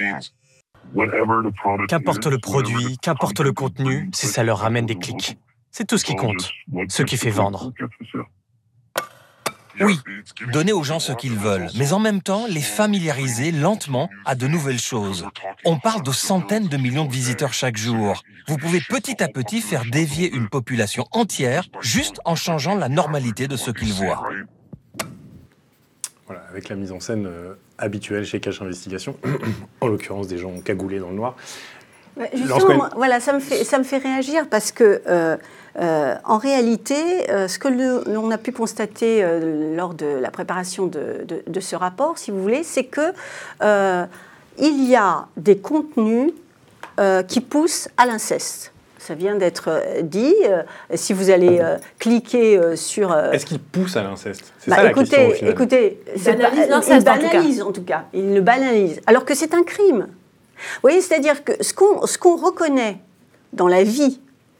Qu'importe le produit, qu'importe le contenu, si ça leur ramène des clics. C'est tout ce qui compte, ce qui fait vendre. Oui, donner aux gens ce qu'ils veulent, mais en même temps, les familiariser lentement à de nouvelles choses. On parle de centaines de millions de visiteurs chaque jour. Vous pouvez petit à petit faire dévier une population entière juste en changeant la normalité de ce qu'ils voient. Voilà, avec la mise en scène euh, habituelle chez Cache Investigation, en l'occurrence des gens cagoulés dans le noir. Ouais, justement, moi, voilà, ça me fait, ça me fait réagir parce que, euh, euh, en réalité, euh, ce que le, l'on a pu constater euh, lors de la préparation de, de, de ce rapport, si vous voulez, c'est que euh, il y a des contenus euh, qui poussent à l'inceste. Ça vient d'être dit. Euh, si vous allez euh, cliquer euh, sur... Euh... Est-ce qu'il pousse à l'inceste? C'est bah, ça écoutez, la question au final. Écoutez, il banalise l'inceste, en, banalise, en tout cas. Il le banalise. Alors que c'est un crime. Vous voyez, c'est-à-dire que ce qu'on, ce qu'on reconnaît dans la vie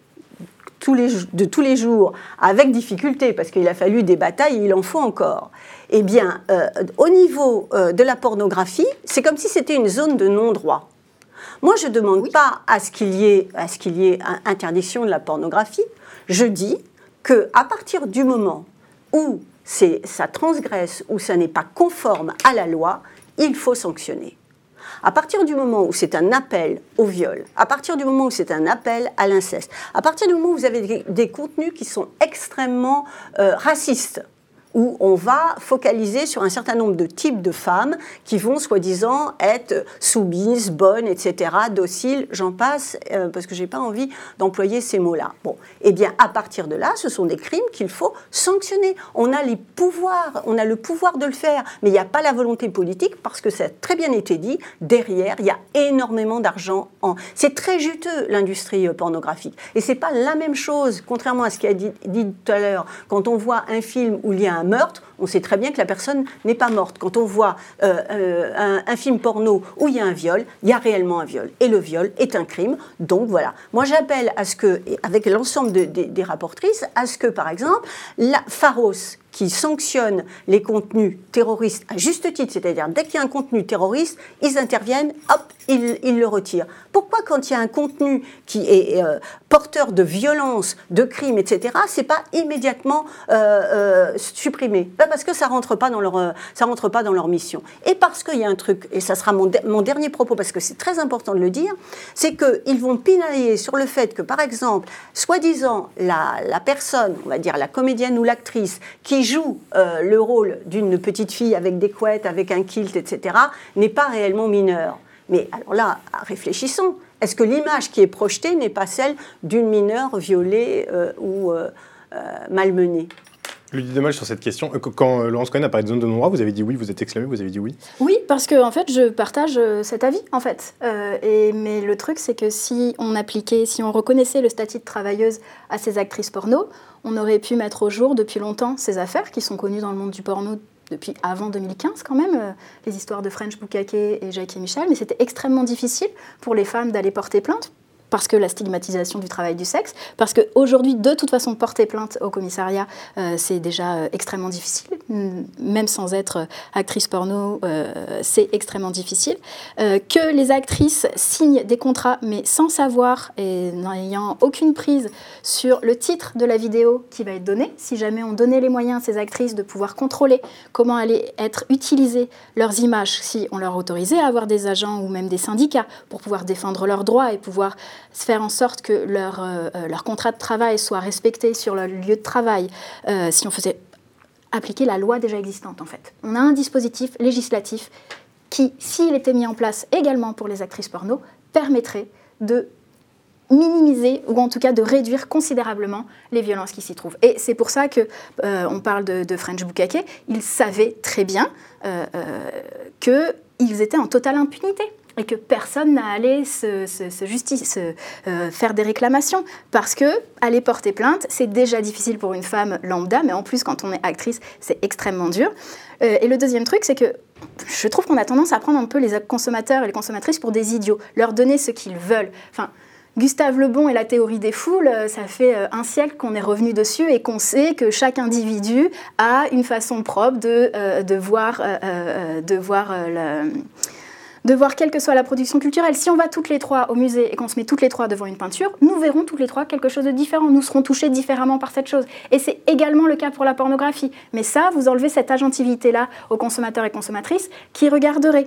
tous les, de tous les jours, avec difficulté, parce qu'il a fallu des batailles, et il en faut encore, eh bien, euh, au niveau euh, de la pornographie, c'est comme si c'était une zone de non-droit. Moi, je ne demande oui. pas à ce qu'il y ait, à ce qu'il y ait interdiction de la pornographie. Je dis qu'à partir du moment où c'est, ça transgresse, où ça n'est pas conforme à la loi, il faut sanctionner. À partir du moment où c'est un appel au viol, à partir du moment où c'est un appel à l'inceste, à partir du moment où vous avez des, des contenus qui sont extrêmement euh, racistes, où on va focaliser sur un certain nombre de types de femmes qui vont soi-disant être soumises, bonnes, et cetera, dociles, j'en passe, euh, parce que je n'ai pas envie d'employer ces mots-là. Bon, eh bien, à partir de là, ce sont des crimes qu'il faut sanctionner. On a les pouvoirs, on a le pouvoir de le faire, mais il n'y a pas la volonté politique, parce que ça a très bien été dit, derrière, il y a énormément d'argent en... C'est très juteux, l'industrie pornographique. Et ce n'est pas la même chose, contrairement à ce qui a dit, dit tout à l'heure, quand on voit un film où il y a un meurtre, on sait très bien que la personne n'est pas morte. Quand on voit euh, euh, un, un film porno où il y a un viol, il y a réellement un viol. Et le viol est un crime. Donc voilà. Moi, j'appelle à ce que, avec l'ensemble de, de, des rapportrices, à ce que, par exemple, la Pharos, qui sanctionne les contenus terroristes à juste titre, c'est-à-dire dès qu'il y a un contenu terroriste, ils interviennent, hop, ils, ils le retirent. Pourquoi quand il y a un contenu qui est euh, porteur de violence, de crimes, et cetera, c'est pas immédiatement euh, euh, supprimé? Ben parce que ça rentre pas dans leur, euh, ça rentre pas dans leur mission. Et parce qu'il y a un truc, et ça sera mon, de, mon dernier propos, parce que c'est très important de le dire, c'est qu'ils vont pinailler sur le fait que, par exemple, soi-disant, la, la personne, on va dire la comédienne ou l'actrice, qui joue euh, le rôle d'une petite fille avec des couettes, avec un kilt, et cetera, n'est pas réellement mineure. Mais alors là, réfléchissons. Est-ce que l'image qui est projetée n'est pas celle d'une mineure violée euh, ou euh, euh, malmenée? Ludivine Demolle, sur cette question, quand Laurence Cohen a parlé de zone de non-droit, vous avez dit oui, vous êtes exclamé, vous avez dit oui? Oui, parce que en fait, je partage cet avis, en fait. Euh, et, mais le truc, c'est que si on appliquait, si on reconnaissait le statut de travailleuse à ces actrices porno, on aurait pu mettre au jour depuis longtemps ces affaires qui sont connues dans le monde du porno depuis avant deux mille quinze quand même, euh, les histoires de French Bukake et Jackie Michel, mais c'était extrêmement difficile pour les femmes d'aller porter plainte, parce que la stigmatisation du travail du sexe, parce qu'aujourd'hui, de toute façon, porter plainte au commissariat, euh, c'est déjà euh, extrêmement difficile, même sans être euh, actrice porno, euh, c'est extrêmement difficile. Euh, que les actrices signent des contrats, mais sans savoir et n'ayant aucune prise sur le titre de la vidéo qui va être donnée, si jamais on donnait les moyens à ces actrices de pouvoir contrôler comment allaient être utilisées leurs images, si on leur autorisait à avoir des agents ou même des syndicats pour pouvoir défendre leurs droits et pouvoir faire en sorte que leur, euh, leur contrat de travail soit respecté sur leur lieu de travail, euh, si on faisait appliquer la loi déjà existante, en fait. On a un dispositif législatif qui, s'il était mis en place également pour les actrices porno, permettrait de minimiser ou en tout cas de réduire considérablement les violences qui s'y trouvent. Et c'est pour ça qu'on euh, parle de, de French Bukkake. Ils savaient très bien euh, euh, qu'ils étaient en totale impunité et que personne n'a allé se, se, se, justice, se euh, faire des réclamations parce que aller porter plainte, c'est déjà difficile pour une femme lambda, mais en plus quand on est actrice, c'est extrêmement dur. Euh, et le deuxième truc, c'est que je trouve qu'on a tendance à prendre un peu les consommateurs et les consommatrices pour des idiots, leur donner ce qu'ils veulent. Enfin, Gustave Le Bon et la théorie des foules, ça fait un siècle qu'on est revenu dessus et qu'on sait que chaque individu a une façon propre de, euh, de voir, euh, de voir euh, le... de voir quelle que soit la production culturelle. Si on va toutes les trois au musée et qu'on se met toutes les trois devant une peinture, nous verrons toutes les trois quelque chose de différent. Nous serons touchés différemment par cette chose. Et c'est également le cas pour la pornographie. Mais ça, vous enlevez cette agentivité-là aux consommateurs et consommatrices qui regarderaient.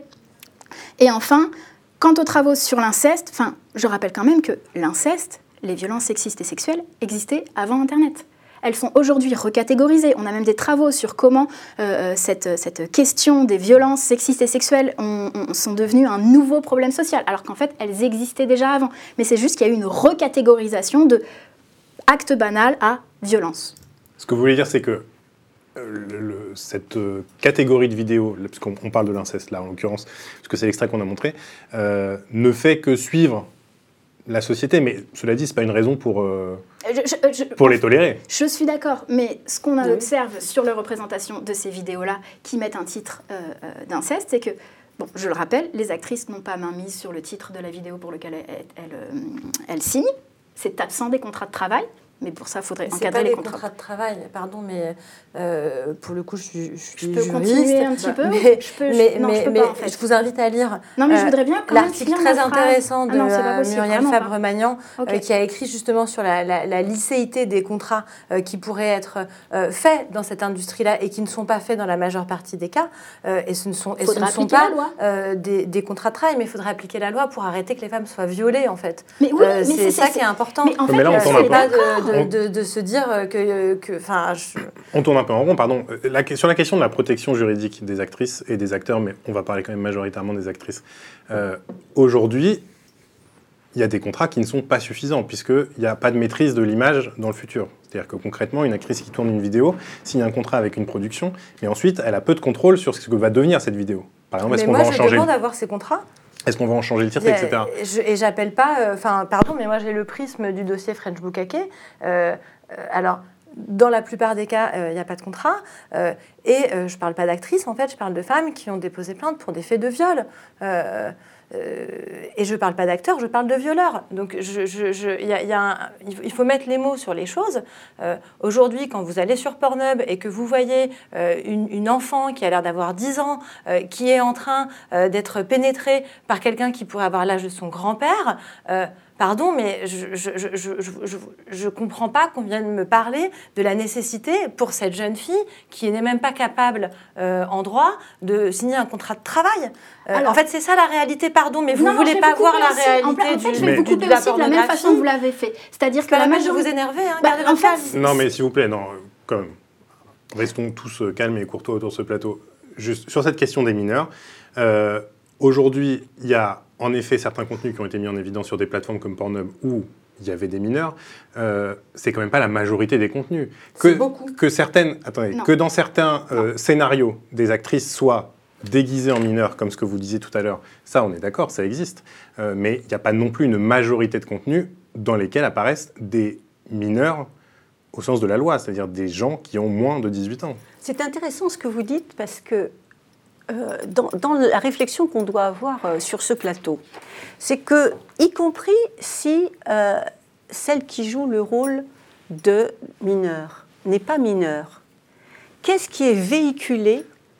Et enfin, quant aux travaux sur l'inceste, enfin, je rappelle quand même que l'inceste, les violences sexistes et sexuelles, existaient avant Internet. Elles sont aujourd'hui recatégorisées. On a même des travaux sur comment euh, cette, cette question des violences sexistes et sexuelles ont, ont, sont devenues un nouveau problème social, alors qu'en fait, elles existaient déjà avant. Mais c'est juste qu'il y a eu une recatégorisation de acte banal à violence. Ce que vous voulez dire, c'est que euh, le, cette euh, catégorie de vidéos, parce qu'on on parle de l'inceste là en l'occurrence, parce que c'est l'extrait qu'on a montré, euh, ne fait que suivre la société, mais cela dit, c'est pas une raison pour, euh, je, je, je, pour les tolérer. Je suis d'accord, mais ce qu'on oui. observe sur la représentation de ces vidéos-là qui mettent un titre euh, euh, d'inceste, c'est que, bon, je le rappelle, les actrices n'ont pas main mise sur le titre de la vidéo pour lequel elles, elles, elles, elles signent. C'est absent des contrats de travail. Mais pour ça, il faudrait encadrer les, les contrats. contrats de travail, pardon, mais euh, pour le coup, je suis, je suis je peux juriste. Continuer un petit peu Mais, je, peux, mais, je, non, mais, je, peux mais pas, en fait. je vous invite à lire non, mais je voudrais bien l'article très intéressant de ah non, euh, possible, Muriel Fabre-Magnan, okay. euh, qui a écrit justement sur la, la, la licéité des contrats euh, qui pourraient être euh, faits dans cette industrie-là et qui ne sont pas faits dans la majeure partie des cas. Euh, et ce ne sont, et ce ne sont pas euh, des, des contrats de travail, mais il faudrait appliquer la loi pour arrêter que les femmes soient violées, en fait. Mais oui, euh, c'est ça qui est important. Mais en fait, c'est pas de se dire que... que je... On tourne un peu en rond, pardon. La, sur la question de la protection juridique des actrices et des acteurs, mais on va parler quand même majoritairement des actrices, euh, aujourd'hui, il y a des contrats qui ne sont pas suffisants, puisqu'il n'y a pas de maîtrise de l'image dans le futur. C'est-à-dire que concrètement, une actrice qui tourne une vidéo signe un contrat avec une production, mais ensuite, elle a peu de contrôle sur ce que va devenir cette vidéo. Par exemple, est-ce qu'on va en changer... Mais moi, je demande d'avoir ces contrats. Est-ce qu'on va en changer le titre, et, et cetera. Je, et j'appelle pas... Enfin, euh, pardon, mais moi, j'ai le prisme du dossier French Bukkake. Euh, euh, alors... Dans la plupart des cas, il euh, n'y a pas de contrat. Euh, et euh, je ne parle pas d'actrices, en fait, je parle de femmes qui ont déposé plainte pour des faits de viol. Euh, euh, et je ne parle pas d'acteurs, je parle de violeurs. Donc, je, je, je, y a, y a un, il faut mettre les mots sur les choses. Euh, aujourd'hui, quand vous allez sur Pornhub et que vous voyez euh, une, une enfant qui a l'air d'avoir dix ans, euh, qui est en train euh, d'être pénétrée par quelqu'un qui pourrait avoir l'âge de son grand-père... Euh, Pardon, mais je je, je, je, je, je comprends pas qu'on vienne me parler de la nécessité pour cette jeune fille qui n'est même pas capable euh, en droit de signer un contrat de travail. Euh, Alors, en fait, c'est ça la réalité, pardon, mais vous ne voulez pas voir la réalité en, en fait, du, je vais vous couper aussi de la même façon que vous l'avez fait. C'est-à-dire que pas la la majorité... majorité... vous énerver, hein, bah, gardez en votre calme. fait, Non, mais s'il vous plaît, non, quand même. Restons tous calmes et courtois autour de ce plateau. Juste sur cette question des mineurs, euh, aujourd'hui, il y a en effet certains contenus qui ont été mis en évidence sur des plateformes comme Pornhub où il y avait des mineurs. Euh, c'est quand même pas la majorité des contenus. Que, c'est beaucoup. Que certaines, attendez, que dans certains euh, scénarios, des actrices soient déguisées en mineurs, comme ce que vous disiez tout à l'heure, ça, on est d'accord, ça existe. Euh, mais il n'y a pas non plus une majorité de contenus dans lesquels apparaissent des mineurs au sens de la loi, c'est-à-dire des gens qui ont moins de dix-huit ans. C'est intéressant ce que vous dites parce que euh, dans, dans la réflexion qu'on doit avoir euh, sur ce plateau, c'est que, y compris si euh, celle qui joue le rôle de mineur n'est pas mineure, qu'est-ce qui est véhiculé?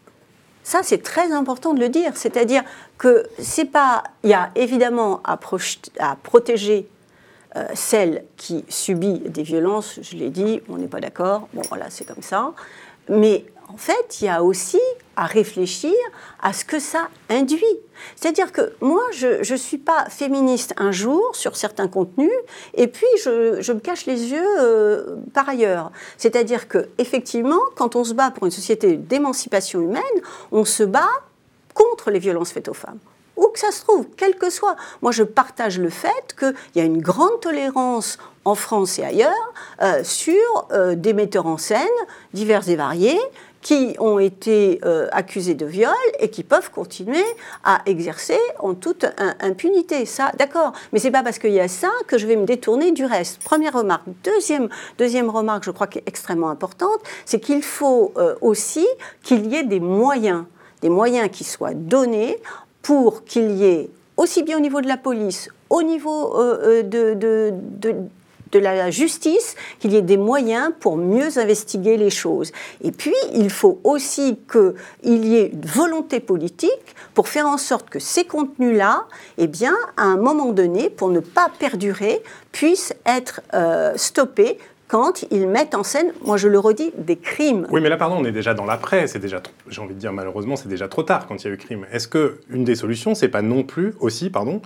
Ça, c'est très important de le dire. C'est-à-dire que c'est pas... Il y a évidemment à, projeter, à protéger euh, celle qui subit des violences. Je l'ai dit, on n'est pas d'accord. Bon, voilà, c'est comme ça. Mais en fait, il y a aussi à réfléchir à ce que ça induit. C'est-à-dire que moi, je ne suis pas féministe un jour sur certains contenus, et puis je, je me cache les yeux euh, par ailleurs. C'est-à-dire qu'effectivement, quand on se bat pour une société d'émancipation humaine, on se bat contre les violences faites aux femmes. Où que ça se trouve, quel que soit. Moi, je partage le fait qu'il y a une grande tolérance en France et ailleurs euh, sur euh, des metteurs en scène divers et variés qui ont été euh, accusés de viol et qui peuvent continuer à exercer en toute impunité. Ça, d'accord. Mais c'est pas parce qu'il y a ça que je vais me détourner du reste. Première remarque. Deuxième, deuxième remarque, je crois, qui est extrêmement importante, c'est qu'il faut euh, aussi qu'il y ait des moyens, des moyens qui soient donnés pour qu'il y ait, aussi bien au niveau de la police, au niveau euh, de, de, de, de la justice, qu'il y ait des moyens pour mieux investiguer les choses. Et puis, il faut aussi qu'il y ait une volonté politique pour faire en sorte que ces contenus-là, eh bien, à un moment donné, pour ne pas perdurer, puissent être euh, stoppés quand ils mettent en scène, moi je le redis, des crimes. Oui, mais là, pardon, on est déjà dans l'après, c'est déjà, trop, j'ai envie de dire malheureusement, c'est déjà trop tard quand il y a eu crime. Est-ce qu'une des solutions, c'est pas non plus aussi, pardon,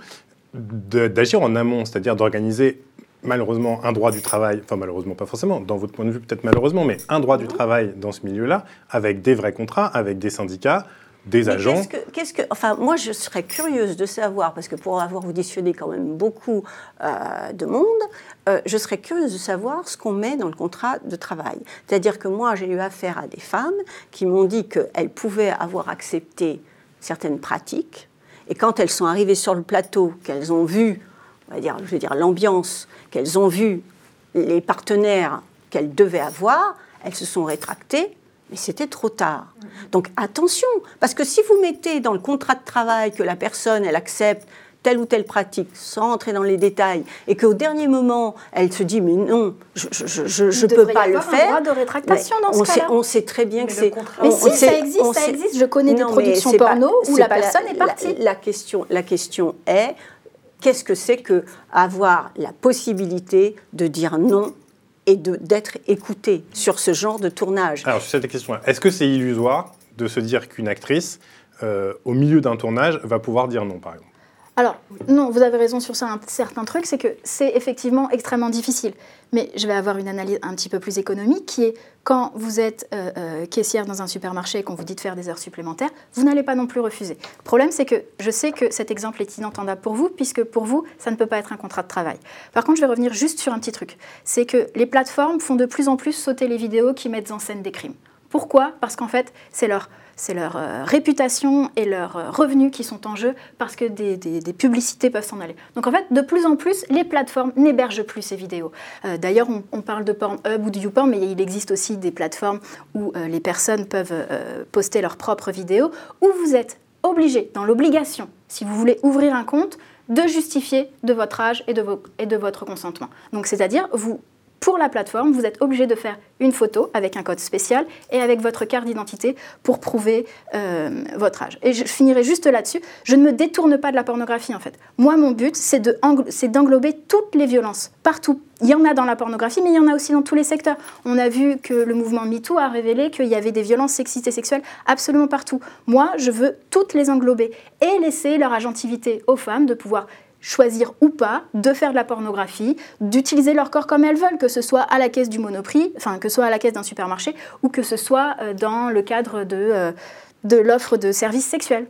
de, d'agir en amont, c'est-à-dire d'organiser malheureusement un droit du travail, enfin malheureusement pas forcément, dans votre point de vue peut-être malheureusement, mais un droit du travail dans ce milieu-là, avec des vrais contrats, avec des syndicats, des Mais agents. Qu'est-ce que, qu'est-ce que, enfin, moi, je serais curieuse de savoir, parce que pour avoir auditionné quand même beaucoup euh, de monde, euh, je serais curieuse de savoir ce qu'on met dans le contrat de travail. C'est-à-dire que moi, j'ai eu affaire à des femmes qui m'ont dit qu'elles pouvaient avoir accepté certaines pratiques, et quand elles sont arrivées sur le plateau, qu'elles ont vu, on va dire, je veux dire, l'ambiance, qu'elles ont vu les partenaires qu'elles devaient avoir, elles se sont rétractées. Mais c'était trop tard. Donc attention, parce que si vous mettez dans le contrat de travail que la personne, elle accepte telle ou telle pratique, sans entrer dans les détails, et qu'au dernier moment, elle se dit « mais non, je ne peux pas le faire », il devrait y avoir un droit de rétractation dans ce cas-là. On sait très bien mais que c'est... Mais on, si, on ça sait, existe, ça existe. Je connais non, des productions porno pas, où la personne la, est partie. La, la, question, la question est, qu'est-ce que c'est que avoir la possibilité de dire non et de, d'être écouté sur ce genre de tournage. Alors, sur cette question-là, est-ce que c'est illusoire de se dire qu'une actrice, euh, au milieu d'un tournage, va pouvoir dire non, par exemple ? Alors, non, vous avez raison sur ça, un certain truc, c'est que c'est effectivement extrêmement difficile. Mais je vais avoir une analyse un petit peu plus économique, qui est quand vous êtes euh, euh, caissière dans un supermarché et qu'on vous dit de faire des heures supplémentaires, vous n'allez pas non plus refuser. Le problème, c'est que je sais que cet exemple est inentendable pour vous, puisque pour vous, ça ne peut pas être un contrat de travail. Par contre, je vais revenir juste sur un petit truc. C'est que les plateformes font de plus en plus sauter les vidéos qui mettent en scène des crimes. Pourquoi ? Parce qu'en fait, c'est leur... C'est leur euh, réputation et leurs euh, revenus qui sont en jeu parce que des, des, des publicités peuvent s'en aller. Donc en fait, de plus en plus, les plateformes n'hébergent plus ces vidéos. Euh, d'ailleurs, on, on parle de Pornhub ou de YouPorn, mais il existe aussi des plateformes où euh, les personnes peuvent euh, poster leurs propres vidéos, où vous êtes obligé, dans l'obligation, si vous voulez ouvrir un compte, de justifier de votre âge et de, vos, et de votre consentement. Donc c'est-à-dire, vous... Pour la plateforme, vous êtes obligé de faire une photo avec un code spécial et avec votre carte d'identité pour prouver euh, votre âge. Et je finirai juste là-dessus. Je ne me détourne pas de la pornographie, en fait. Moi, mon but, c'est, de englo- c'est d'englober toutes les violences, partout. Il y en a dans la pornographie, mais il y en a aussi dans tous les secteurs. On a vu que le mouvement MeToo a révélé qu'il y avait des violences sexistes et sexuelles absolument partout. Moi, je veux toutes les englober et laisser leur agentivité aux femmes de pouvoir choisir ou pas de faire de la pornographie, d'utiliser leur corps comme elles veulent, que ce soit à la caisse du Monoprix, enfin que ce soit à la caisse d'un supermarché, ou que ce soit dans le cadre de, euh, de l'offre de services sexuels.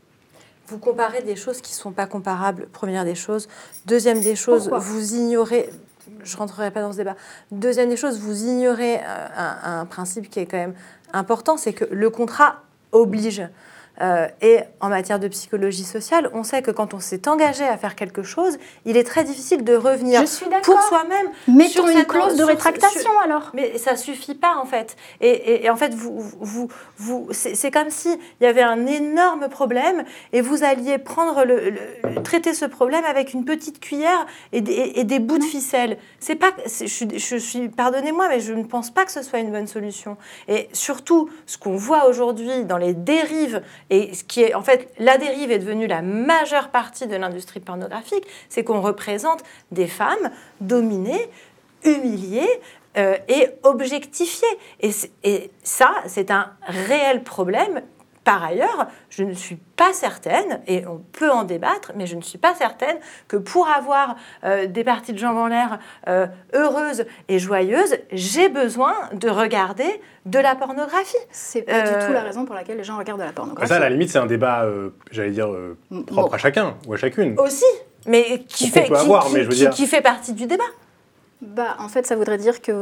Vous comparez des choses qui ne sont pas comparables, première des choses. Deuxième des choses, Pourquoi vous ignorez... Je ne rentrerai pas dans ce débat. Deuxième des choses, vous ignorez un, un principe qui est quand même important, c'est que le contrat oblige... Euh, et en matière de psychologie sociale, on sait que quand on s'est engagé à faire quelque chose, il est très difficile de revenir Je suis pour soi-même. Mettons une clause de rétractation sur, alors. Mais ça suffit pas en fait. Et, et, et en fait, vous, vous, vous, c'est, c'est comme s'il y avait un énorme problème et vous alliez prendre le, le, traiter ce problème avec une petite cuillère et des, et, et des bouts de ficelle. C'est pas, c'est, je, je suis, pardonnez-moi, mais je ne pense pas que ce soit une bonne solution. Et surtout, ce qu'on voit aujourd'hui dans les dérives. Et ce qui est, en fait, la dérive est devenue la majeure partie de l'industrie pornographique, c'est qu'on représente des femmes dominées, humiliées euh, et objectifiées. Et, et ça, c'est un réel problème Par ailleurs, je ne suis pas certaine, et on peut en débattre, mais je ne suis pas certaine que pour avoir euh, des parties de jambes en l'air euh, heureuses et joyeuses, j'ai besoin de regarder de la pornographie. C'est pas Euh, du tout la raison pour laquelle les gens regardent de la pornographie. Ça, à la limite, c'est un débat, euh, j'allais dire, euh, propre Bon. à chacun ou à chacune. Aussi, mais qui, Qu'on fait, peut qui, avoir, qui- mais je veux qui- dire- qui fait partie du débat. Bah, en fait, ça voudrait dire que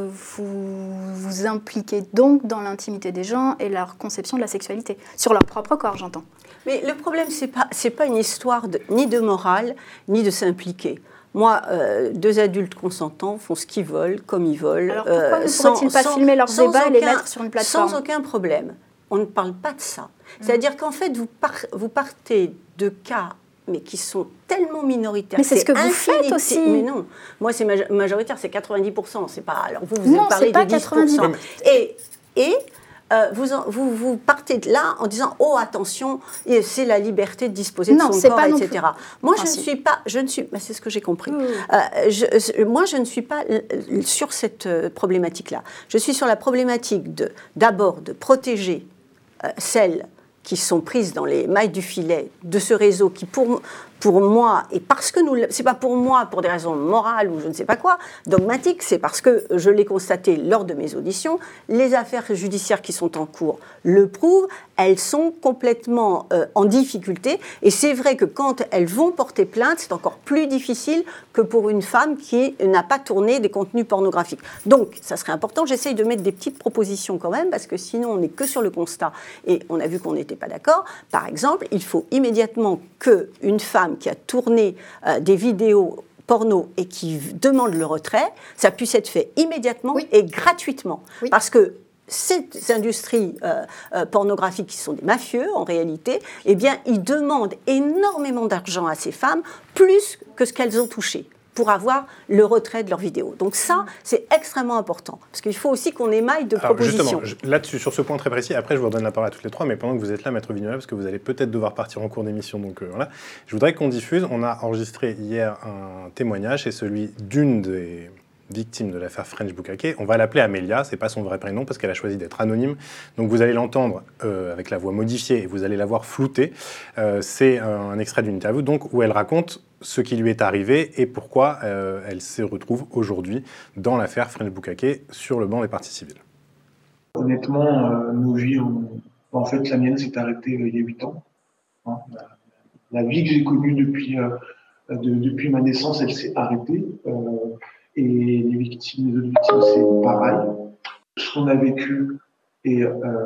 vous vous impliquez donc dans l'intimité des gens et leur conception de la sexualité, sur leur propre corps, j'entends. Mais le problème, ce n'est pas, c'est pas une histoire de, ni de morale, ni de s'impliquer. Moi, euh, deux adultes consentants font ce qu'ils veulent, comme ils veulent. Alors pourquoi ne pourraient-ils pas sans- filmer leurs sans débats et les aucun- mettre sur une plateforme? Sans aucun problème. On ne parle pas de ça. C'est-à-dire qu'en fait, vous, par- vous partez de cas mais qui sont tellement minoritaires. Mais c'est ce que vous faites aussi. Mais non, moi c'est majo- majoritaire, c'est quatre-vingt-dix pour cent. C'est pas. Alors vous, vous Non, parlez c'est pas des dix pour cent. quatre-vingt-dix. Et et euh, vous, en- vous vous partez de là en disant oh attention, et c'est la liberté de disposer Non, de son c'est corps, pas non et cetera. plus. Moi je Principe. ne suis pas, je ne suis, bah, c'est ce que j'ai compris. Oui, oui. Euh, je- moi je ne suis pas euh, sur cette euh, problématique-là. Je suis sur la problématique de d'abord de protéger euh, celles qui sont prises dans les mailles du filet de ce réseau qui, pour, pour moi, et parce que nous, c'est pas pour moi pour des raisons morales ou je ne sais pas quoi, dogmatiques, c'est parce que je l'ai constaté lors de mes auditions, les affaires judiciaires qui sont en cours le prouvent, elles sont complètement euh, en difficulté, et c'est vrai que quand elles vont porter plainte, c'est encore plus difficile que pour une femme qui n'a pas tourné des contenus pornographiques. Donc, ça serait important, j'essaye de mettre des petites propositions quand même, parce que sinon on n'est que sur le constat, et on a vu qu'on n'était pas d'accord. Par exemple, il faut immédiatement qu'une femme qui a tourné euh, des vidéos porno et qui demande le retrait, ça puisse être fait immédiatement Oui. et gratuitement. Oui. Parce que ces industries euh, euh, pornographiques qui sont des mafieux, en réalité, eh bien, ils demandent énormément d'argent à ces femmes, plus que ce qu'elles ont touché, pour avoir le retrait de leurs vidéos. Donc ça, c'est extrêmement important, parce qu'il faut aussi qu'on émaille de Alors propositions. justement, je- là-dessus, sur ce point très précis, après je vous redonne la parole à toutes les trois, mais pendant que vous êtes là, Maître Vignola, parce que vous allez peut-être devoir partir en cours d'émission, donc euh, voilà, je voudrais qu'on diffuse, on a enregistré hier un témoignage, c'est celui d'une des victimes de l'affaire French Bukake. On va l'appeler Amélia, c'est pas son vrai prénom parce qu'elle a choisi d'être anonyme. Donc vous allez l'entendre euh, avec la voix modifiée et vous allez la voir floutée. Euh, c'est un extrait d'une interview donc où elle raconte ce qui lui est arrivé et pourquoi euh, elle se retrouve aujourd'hui dans l'affaire French Bukake sur le banc des parties civiles. Honnêtement, euh, nos vies ont... En fait, la mienne s'est arrêtée euh, il y a huit ans. Hein, la, la vie que j'ai connue depuis, euh, de- depuis ma naissance, elle s'est arrêtée. Euh, et les victimes, les autres victimes, c'est pareil. Ce qu'on a vécu est, euh,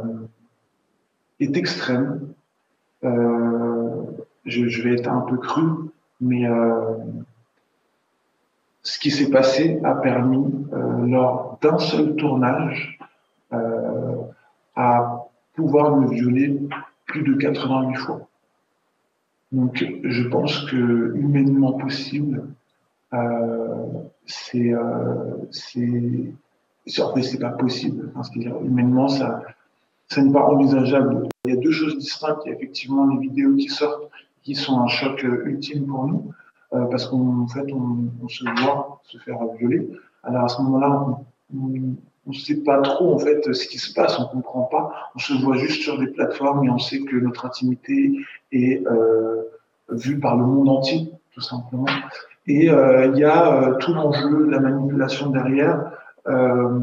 est extrême. Euh, je, je vais être un peu cru, mais euh, ce qui s'est passé a permis, euh, lors d'un seul tournage, euh, à pouvoir me violer plus de quatre-vingt-huit fois. Donc, je pense que humainement possible, euh, c'est, euh, c'est, c'est, en fait, c'est pas possible. Enfin, c'est-à-dire, humainement, ça, ça n'est pas envisageable. Il y a deux choses distinctes. Il y a effectivement les vidéos qui sortent, qui sont un choc euh, ultime pour nous, euh, parce qu'en fait, on, on se voit se faire violer. Alors à ce moment-là, on ne sait pas trop en fait ce qui se passe, on ne comprend pas. On se voit juste sur des plateformes et on sait que notre intimité est euh, vue par le monde entier, tout simplement. Et euh, il y a euh, tout l'enjeu de la manipulation derrière. Euh,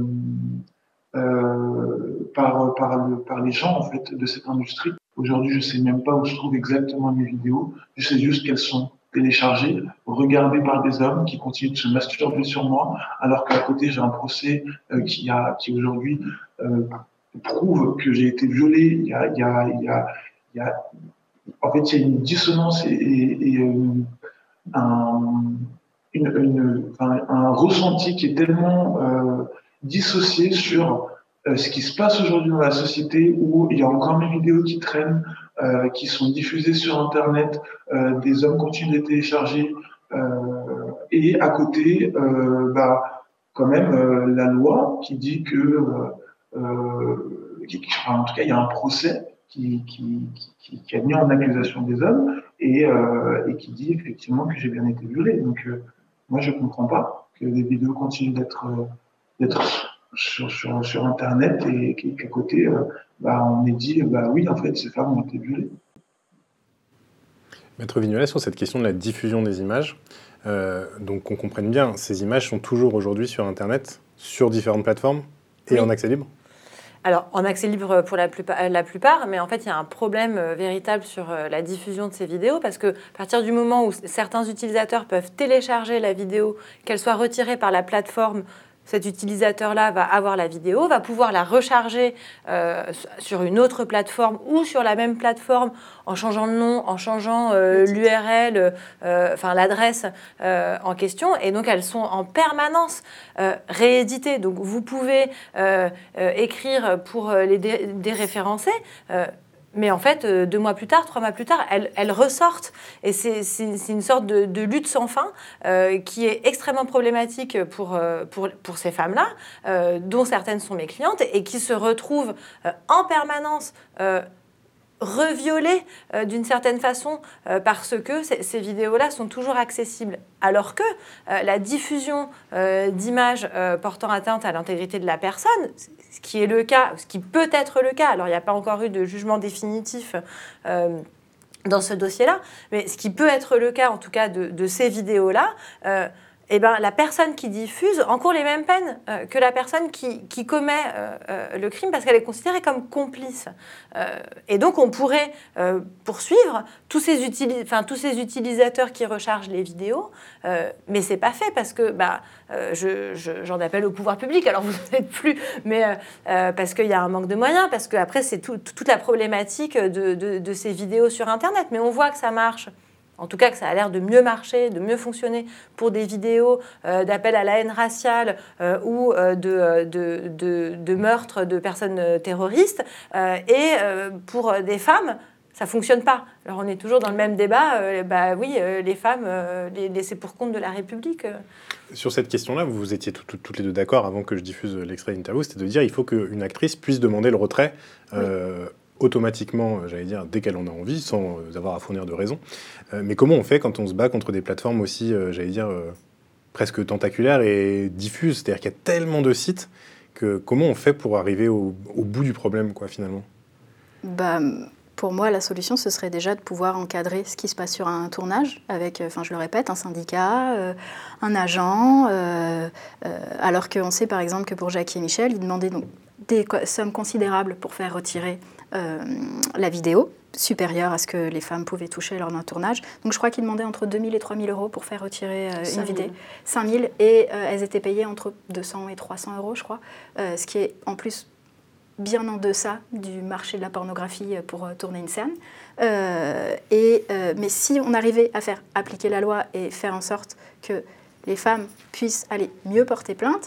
euh, par, par, le, par les gens en fait de cette industrie. Aujourd'hui, je sais même pas où se trouvent exactement mes vidéos. Je sais juste qu'elles sont téléchargées, regardées par des hommes qui continuent de se masturber sur moi, alors qu'à côté j'ai un procès euh, qui a qui aujourd'hui euh, prouve que j'ai été violé. Il y a il y a il y a, il y a en fait il y a une dissonance et, et, et euh, un une, une, un, un ressenti qui est tellement euh, dissocié sur euh, ce qui se passe aujourd'hui dans la société, où il y a encore mes vidéos qui traînent, euh, qui sont diffusées sur Internet, euh, des hommes continuent de les télécharger, euh, et à côté, euh, bah, quand même, euh, la loi qui dit que, euh, euh, qui, enfin, en tout cas, il y a un procès qui, qui, qui, qui a mis en accusation des hommes et, euh, et qui dit effectivement que j'ai bien été violé. Donc, euh, moi, je ne comprends pas que les vidéos continuent d'être, euh, d'être sur, sur, sur Internet et qu'à côté, euh, bah, on est dit, bah oui, en fait, ces femmes ont été violées. Maître Vignolet, sur cette question de la diffusion des images, euh, donc qu'on comprenne bien, ces images sont toujours aujourd'hui sur Internet, sur différentes plateformes et oui. en accès libre? Alors, en accès libre pour la plupart, la plupart, mais en fait, il y a un problème véritable sur la diffusion de ces vidéos, parce qu'à partir du moment où certains utilisateurs peuvent télécharger la vidéo, qu'elle soit retirée par la plateforme, cet utilisateur-là va avoir la vidéo, va pouvoir la recharger euh, sur une autre plateforme ou sur la même plateforme en changeant le nom, en changeant euh, l'U R L, euh, enfin l'adresse euh, en question. Et donc, elles sont en permanence euh, rééditées. Donc, vous pouvez euh, euh, écrire pour les dé déréférencer. Euh, Mais en fait, deux mois plus tard, trois mois plus tard, elles, elles ressortent. Et c'est une sorte de, de lutte sans fin euh, qui est extrêmement problématique pour, pour, pour ces femmes-là, euh, dont certaines sont mes clientes, et qui se retrouvent euh, en permanence euh, reviolées euh, d'une certaine façon euh, parce que ces vidéos-là sont toujours accessibles. Alors que euh, la diffusion euh, d'images euh, portant atteinte à l'intégrité de la personne, ce qui est le cas, ce qui peut être le cas, alors il n'y a pas encore eu de jugement définitif euh, dans ce dossier-là, mais ce qui peut être le cas en tout cas de, de ces vidéos-là, euh, eh ben, la personne qui diffuse encourt les mêmes peines euh, que la personne qui, qui commet euh, euh, le crime parce qu'elle est considérée comme complice. Euh, et donc, on pourrait euh, poursuivre tous ces, enfin, tous ces utilisateurs qui rechargent les vidéos, euh, mais ce n'est pas fait parce que bah, euh, je, je, j'en appelle au pouvoir public, alors vous n'en êtes plus, mais euh, euh, parce qu'il y a un manque de moyens, parce qu'après, c'est tout, toute la problématique de, de, de ces vidéos sur Internet. Mais on voit que ça marche. En tout cas, que ça a l'air de mieux marcher, de mieux fonctionner pour des vidéos euh, d'appel à la haine raciale euh, ou euh, de, de, de, de meurtre de personnes terroristes. Euh, et euh, pour des femmes, ça ne fonctionne pas. Alors on est toujours dans le même débat. Euh, bah oui, euh, les femmes, euh, les laisser pour compte de la République. Euh. Sur cette question-là, vous, vous étiez tout, tout, toutes les deux d'accord avant que je diffuse l'extrait d'interview, c'était de dire qu'il faut qu'une actrice puisse demander le retrait euh, oui. automatiquement, j'allais dire, dès qu'elle en a envie, sans avoir à fournir de raison. Euh, mais comment on fait quand on se bat contre des plateformes aussi, euh, j'allais dire, euh, presque tentaculaires et diffuses? C'est-à-dire qu'il y a tellement de sites que comment on fait pour arriver au, au bout du problème, quoi, finalement? Bah, pour moi, la solution, ce serait déjà de pouvoir encadrer ce qui se passe sur un tournage avec, enfin, je le répète, un syndicat, euh, un agent, euh, euh, alors qu'on sait, par exemple, que pour Jackie et Michel, ils demandaient donc des sommes considérables pour faire retirer euh, la vidéo, supérieure à ce que les femmes pouvaient toucher lors d'un tournage. Donc je crois qu'ils demandaient entre deux mille et trois mille euros pour faire retirer euh, une vidéo. cinq mille. Et euh, elles étaient payées entre deux cents et trois cents euros, je crois. Euh, ce qui est en plus bien en deçà du marché de la pornographie pour euh, tourner une scène. Euh, et, euh, mais si on arrivait à faire appliquer la loi et faire en sorte que les femmes puissent aller mieux porter plainte,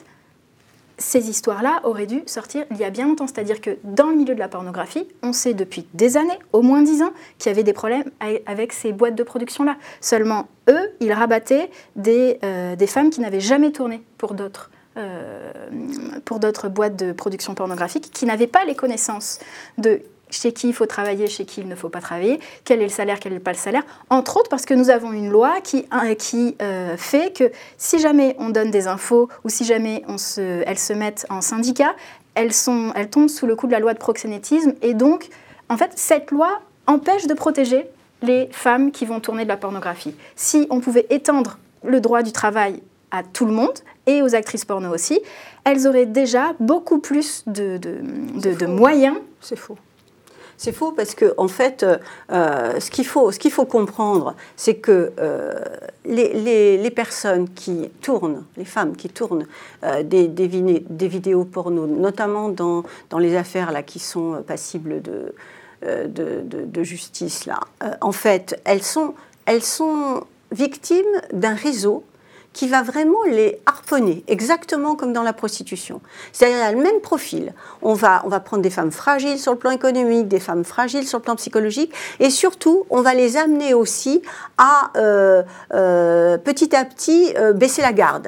ces histoires-là auraient dû sortir il y a bien longtemps. C'est-à-dire que dans le milieu de la pornographie, on sait depuis des années, au moins dix ans, qu'il y avait des problèmes avec ces boîtes de production-là. Seulement, eux, ils rabattaient des, euh, des femmes qui n'avaient jamais tourné pour d'autres euh, pour d'autres boîtes de production pornographique, qui n'avaient pas les connaissances de chez qui il faut travailler, chez qui il ne faut pas travailler, quel est le salaire, quel n'est pas le salaire, entre autres parce que nous avons une loi qui, qui euh, fait que si jamais on donne des infos ou si jamais on se, elles se mettent en syndicat, elles, sont, elles tombent sous le coup de la loi de proxénétisme et donc, en fait, cette loi empêche de protéger les femmes qui vont tourner de la pornographie. Si on pouvait étendre le droit du travail à tout le monde, et aux actrices porno aussi, elles auraient déjà beaucoup plus de, de, de, de moyens. C'est faux. C'est faux parce que, en fait, euh, ce qu'il faut, ce qu'il faut comprendre, c'est que euh, les, les, les personnes qui tournent, les femmes qui tournent euh, des, des, des vidéos porno, notamment dans, dans les affaires là, qui sont passibles de, euh, de, de, de justice, là, euh, en fait, elles sont, elles sont victimes d'un réseau qui va vraiment les harponner, exactement comme dans la prostitution. C'est-à-dire, il y a le même profil. On va, on va prendre des femmes fragiles sur le plan économique, des femmes fragiles sur le plan psychologique, et surtout, on va les amener aussi à, euh, euh, petit à petit, euh, baisser la garde.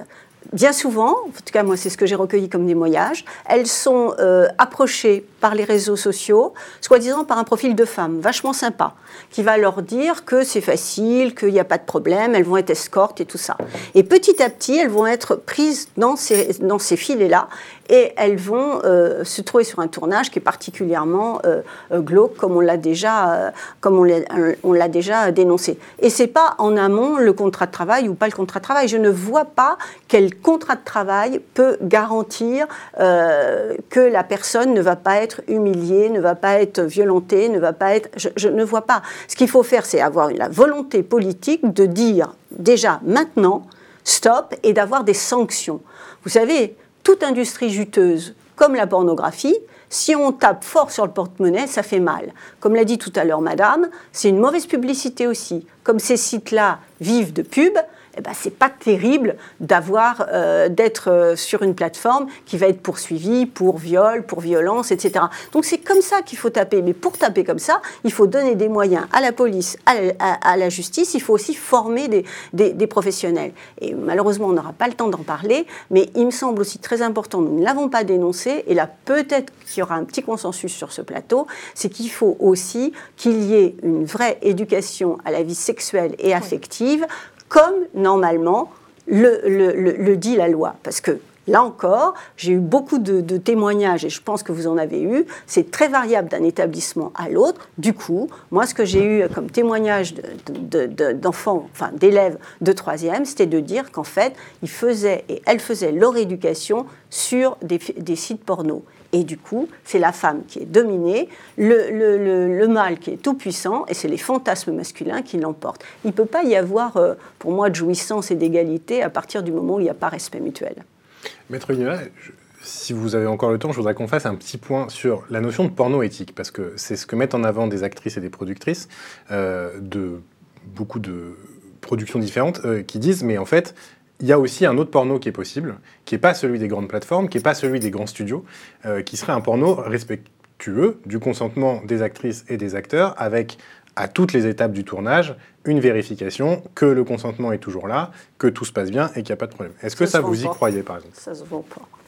bien souvent, en tout cas moi c'est ce que j'ai recueilli comme témoignage, elles sont euh, approchées par les réseaux sociaux, soi-disant par un profil de femme vachement sympa, qui va leur dire que c'est facile, qu'il n'y a pas de problème, elles vont être escortes et tout ça. Et petit à petit, elles vont être prises dans ces, dans ces filets-là, et elles vont euh, se trouver sur un tournage qui est particulièrement euh, glauque, comme on l'a déjà, euh, comme on l'a, on l'a déjà dénoncé. Et c'est pas en amont le contrat de travail ou pas le contrat de travail. Je ne vois pas quel contrat de travail peut garantir euh, que la personne ne va pas être humiliée, ne va pas être violentée, ne va pas être... Je, je ne vois pas. Ce qu'il faut faire, c'est avoir la volonté politique de dire déjà maintenant stop et d'avoir des sanctions. Vous savez, toute industrie juteuse, comme la pornographie, si on tape fort sur le porte-monnaie, ça fait mal. Comme l'a dit tout à l'heure madame, c'est une mauvaise publicité aussi. Comme ces sites-là vivent de pub, eh ben, c'est pas terrible d'avoir, euh, d'être euh, sur une plateforme qui va être poursuivie pour viol, pour violence, et cetera. Donc c'est comme ça qu'il faut taper. Mais pour taper comme ça, il faut donner des moyens à la police, à, à, à la justice. Il faut aussi former des, des, des professionnels. Et malheureusement, on n'aura pas le temps d'en parler, mais il me semble aussi très important, nous ne l'avons pas dénoncé, et là peut-être qu'il y aura un petit consensus sur ce plateau, c'est qu'il faut aussi qu'il y ait une vraie éducation à la vie sexuelle et affective, comme normalement le, le, le, le dit la loi. Parce que là encore, j'ai eu beaucoup de, de témoignages, et je pense que vous en avez eu, c'est très variable d'un établissement à l'autre. Du coup, moi, ce que j'ai eu comme témoignage de, de, de, d'enfants, enfin d'élèves de troisième, c'était de dire qu'en fait, ils faisaient et elles faisaient leur éducation sur des, des sites porno. Et du coup, c'est la femme qui est dominée, le, le, le, le mâle qui est tout puissant, et c'est les fantasmes masculins qui l'emportent. Il ne peut pas y avoir, euh, pour moi, de jouissance et d'égalité à partir du moment où il n'y a pas respect mutuel. Maître Vignola, si vous avez encore le temps, je voudrais qu'on fasse un petit point sur la notion de porno éthique, parce que c'est ce que mettent en avant des actrices et des productrices euh, de beaucoup de productions différentes euh, qui disent, mais en fait, il y a aussi un autre porno qui est possible, qui n'est pas celui des grandes plateformes, qui n'est pas celui des grands studios, euh, qui serait un porno respectueux du consentement des actrices et des acteurs, avec, à toutes les étapes du tournage, une vérification que le consentement est toujours là, que tout se passe bien et qu'il n'y a pas de problème. Est-ce que ça, ça vous y croyez, par exemple ? Ça se vend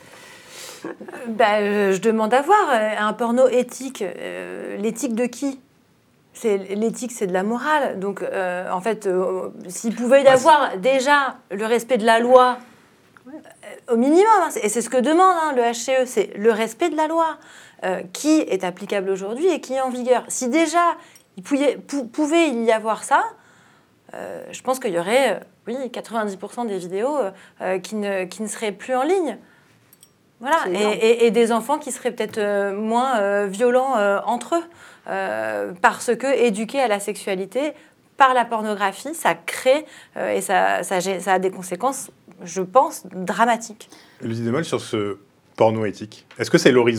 pas. bah, euh, Je demande à voir. Un porno éthique, euh, l'éthique de qui ? C'est, l'éthique, c'est de la morale. Donc, euh, en fait, euh, s'il pouvait y avoir déjà le respect de la loi, euh, au minimum, hein, et c'est ce que demande hein, le H C E, c'est le respect de la loi euh, qui est applicable aujourd'hui et qui est en vigueur. Si déjà, il pouvait, pou, pouvait y avoir ça, euh, je pense qu'il y aurait, euh, oui, quatre-vingt-dix pour cent des vidéos euh, qui, ne, qui ne seraient plus en ligne. Voilà, et, et, et des enfants qui seraient peut-être euh, moins euh, violents euh, entre eux. Euh, parce que éduquer à la sexualité par la pornographie, ça crée euh, et ça, ça, ça a des conséquences, je pense, dramatiques. Lucie Demol, sur ce porno éthique, est-ce que c'est l'horizon ?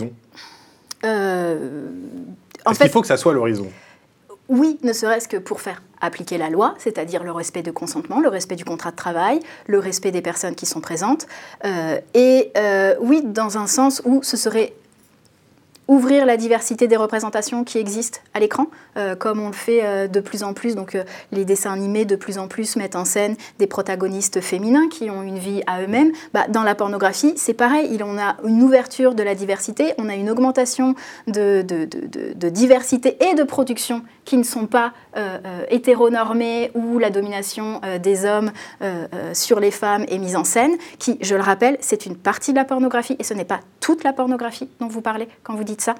euh, en Est-ce fait, qu'il faut que ça soit l'horizon ? Oui, ne serait-ce que pour faire appliquer la loi, c'est-à-dire le respect de consentement, le respect du contrat de travail, le respect des personnes qui sont présentes, euh, et euh, oui, dans un sens où ce serait ouvrir la diversité des représentations qui existent à l'écran, euh, comme on le fait euh, de plus en plus. Donc, euh, les dessins animés de plus en plus mettent en scène des protagonistes féminins qui ont une vie à eux-mêmes. Bah, dans la pornographie, c'est pareil. Il, on a une ouverture de la diversité, on a une augmentation de, de, de, de, de diversité et de production qui ne sont pas euh, euh, hétéronormées, où la domination euh, des hommes euh, euh, sur les femmes est mise en scène, qui, je le rappelle, c'est une partie de la pornographie et ce n'est pas toute la pornographie dont vous parlez quand vous dites ça.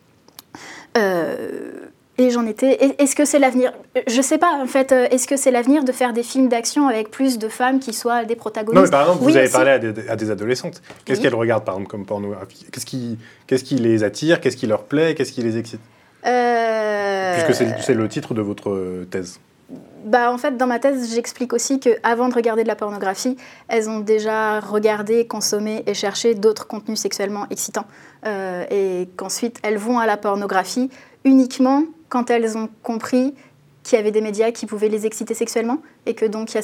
Euh, et j'en étais... Est-ce que c'est l'avenir ? Je ne sais pas, en fait. Est-ce que c'est l'avenir de faire des films d'action avec plus de femmes qui soient des protagonistes ? Non, mais par exemple, oui, vous avez aussi. parlé à des, à des adolescentes. Qu'est-ce oui. qu'elles regardent, par exemple, comme pornographie ? Qu'est-ce qui, qu'est-ce qui les attire ? Qu'est-ce qui leur plaît ? Qu'est-ce qui les excite ? euh... Puisque c'est, c'est le titre de votre thèse. Bah, en fait, dans ma thèse, j'explique aussi qu'avant de regarder de la pornographie, elles ont déjà regardé, consommé et cherché d'autres contenus sexuellement excitants. Euh, et qu'ensuite, elles vont à la pornographie uniquement quand elles ont compris qu'il y avait des médias qui pouvaient les exciter sexuellement et que donc il y a cette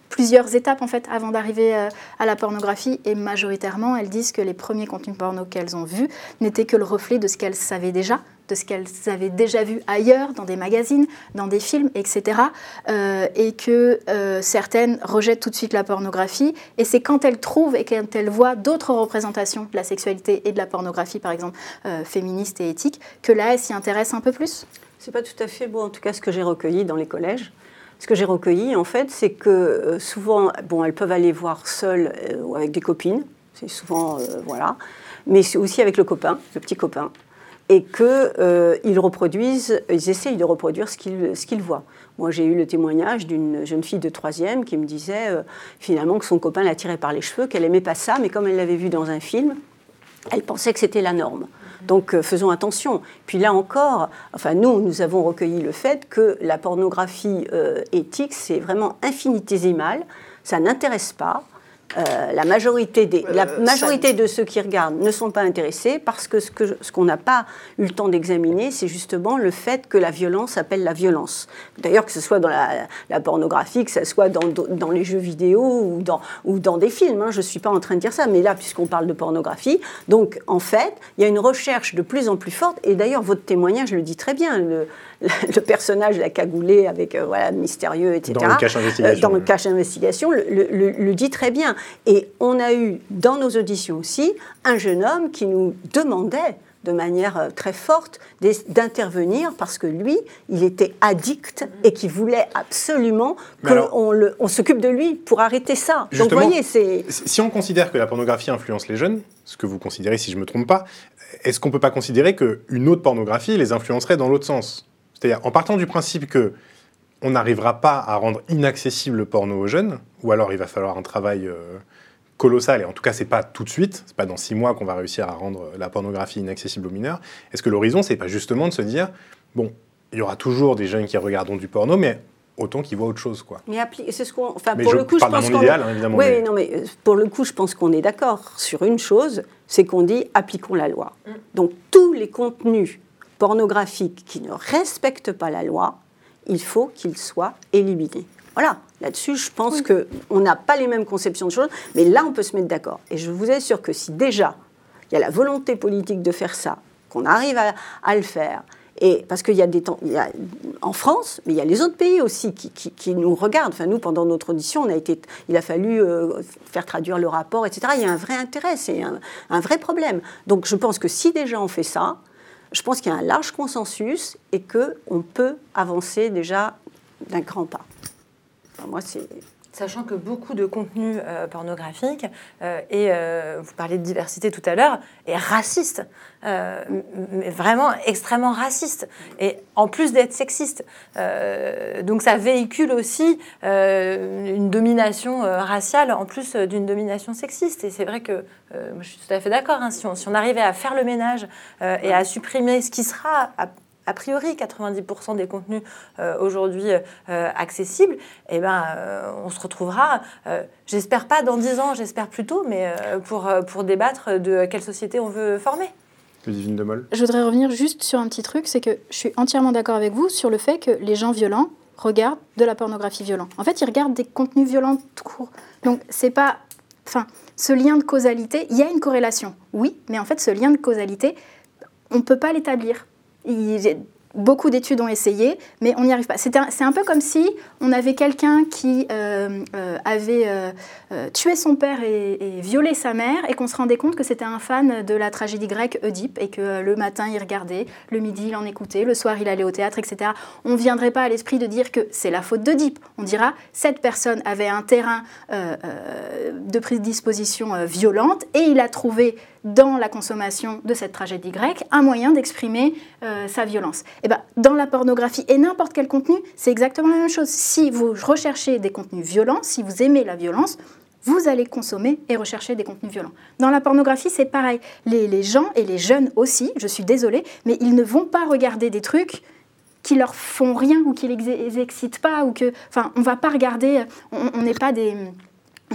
plusieurs étapes en fait avant d'arriver euh, à la pornographie et majoritairement elles disent que les premiers contenus porno qu'elles ont vus n'étaient que le reflet de ce qu'elles savaient déjà, de ce qu'elles avaient déjà vu ailleurs, dans des magazines, dans des films, et cetera. Euh, et que euh, certaines rejettent tout de suite la pornographie. Et c'est quand elles trouvent et quand elles voient d'autres représentations de la sexualité et de la pornographie, par exemple, euh, féministes et éthiques, que là, elles s'y intéressent un peu plus. C'est pas tout à fait bon, en tout cas, ce que j'ai recueilli dans les collèges. Ce que j'ai recueilli, en fait, c'est que euh, souvent, bon, elles peuvent aller voir seules euh, ou avec des copines, c'est souvent, euh, voilà, mais c'est aussi avec le copain, le petit copain, et qu'ils euh, reproduisent, ils essayent de reproduire ce qu'ils, ce qu'ils voient. Moi, j'ai eu le témoignage d'une jeune fille de troisième qui me disait euh, finalement que son copain la tirait par les cheveux, qu'elle n'aimait pas ça, mais comme elle l'avait vu dans un film, elle pensait que c'était la norme. Donc euh, faisons attention. Puis là encore, enfin nous, nous avons recueilli le fait que la pornographie euh, éthique, c'est vraiment infinitésimal, ça n'intéresse pas. Euh, la majorité, des, la majorité de ceux qui regardent ne sont pas intéressés parce que ce, que, ce qu'on n'a pas eu le temps d'examiner, c'est justement le fait que la violence appelle la violence. D'ailleurs, que ce soit dans la, la pornographie, que ce soit dans, dans les jeux vidéo ou dans, ou dans des films. Hein, je ne suis pas en train de dire ça, mais là, puisqu'on parle de pornographie, donc en fait, il y a une recherche de plus en plus forte. Et d'ailleurs, votre témoignage le dit très bien. Le, le personnage, la cagoulée avec euh, voilà, mystérieux, et cetera. Dans le cache investigation. Euh, dans le cache investigation, le, le, le, le dit très bien. Et on a eu, dans nos auditions aussi, un jeune homme qui nous demandait de manière très forte d'intervenir parce que lui, il était addict et qu'il voulait absolument qu'on on s'occupe de lui pour arrêter ça. Donc vous voyez, c'est... Si on considère que la pornographie influence les jeunes, ce que vous considérez si je ne me trompe pas, est-ce qu'on ne peut pas considérer qu'une autre pornographie les influencerait dans l'autre sens ? C'est-à-dire, en partant du principe que on n'arrivera pas à rendre inaccessible le porno aux jeunes, ou alors il va falloir un travail euh, colossal, et en tout cas, c'est pas tout de suite, c'est pas dans six mois qu'on va réussir à rendre la pornographie inaccessible aux mineurs. Est-ce que l'horizon, c'est pas justement de se dire, bon, il y aura toujours des jeunes qui regarderont du porno, mais autant qu'ils voient autre chose, quoi. Mais c'est ce qu'on, enfin, mais pour je le coup, parle je pense d'un monde qu'on... idéal, hein, évidemment. Oui, mais... non, mais pour le coup, je pense qu'on est d'accord sur une chose, c'est qu'on dit appliquons la loi. Mm. Donc tous les contenus pornographiques qui ne respectent pas la loi, il faut qu'ils soient éliminés. Voilà, là-dessus, je pense oui. qu'on n'a pas les mêmes conceptions de choses, mais là, on peut se mettre d'accord. Et je vous assure que si déjà, il y a la volonté politique de faire ça, qu'on arrive à, à le faire, et parce qu'il y a des temps, il y a, en France, mais il y a les autres pays aussi qui, qui, qui nous regardent. Enfin, nous, pendant notre audition, on a été, il a fallu euh, faire traduire le rapport, et cetera. Il y a un vrai intérêt, c'est un, un vrai problème. Donc, je pense que si déjà on fait ça, je pense qu'il y a un large consensus et qu'on peut avancer déjà d'un grand pas. Enfin, moi, c'est... Sachant que beaucoup de contenu euh, pornographique, euh, et euh, vous parliez de diversité tout à l'heure, est raciste, euh, mais vraiment extrêmement raciste, et en plus d'être sexiste. Euh, donc ça véhicule aussi euh, une domination euh, raciale en plus d'une domination sexiste. Et c'est vrai que, euh, moi, je suis tout à fait d'accord, hein, si, on, si on arrivait à faire le ménage euh, et à supprimer ce qui sera... À, a priori, quatre-vingt-dix pour cent des contenus euh, aujourd'hui euh, accessibles, eh ben, euh, on se retrouvera, euh, j'espère pas dans dix ans, j'espère plus tôt, mais euh, pour, pour débattre de quelle société on veut former. Ludivine de Mol. Je voudrais revenir juste sur un petit truc, c'est que je suis entièrement d'accord avec vous sur le fait que les gens violents regardent de la pornographie violente. En fait, ils regardent des contenus violents tout court. Donc, c'est pas... Enfin, ce lien de causalité, il y a une corrélation, oui, mais en fait, ce lien de causalité, on ne peut pas l'établir. Il, beaucoup d'études ont essayé, mais on n'y arrive pas. C'est un, c'est un peu comme si on avait quelqu'un qui euh, euh, avait euh, euh, tué son père et, et violé sa mère, et qu'on se rendait compte que c'était un fan de la tragédie grecque Oedipe, et que euh, le matin il regardait, le midi il en écoutait, le soir il allait au théâtre, et cetera. On ne viendrait pas à l'esprit de dire que c'est la faute d'Oedipe. On dira, cette personne avait un terrain euh, euh, de prédisposition euh, violente, et il a trouvé dans la consommation de cette tragédie grecque, un moyen d'exprimer euh, sa violence. Et ben, dans la pornographie et n'importe quel contenu, c'est exactement la même chose. Si vous recherchez des contenus violents, si vous aimez la violence, vous allez consommer et rechercher des contenus violents. Dans la pornographie, c'est pareil. Les, les gens, et les jeunes aussi, je suis désolée, mais ils ne vont pas regarder des trucs qui leur font rien ou qui les excitent pas, ou que, enfin, on va pas regarder, on n'est pas des...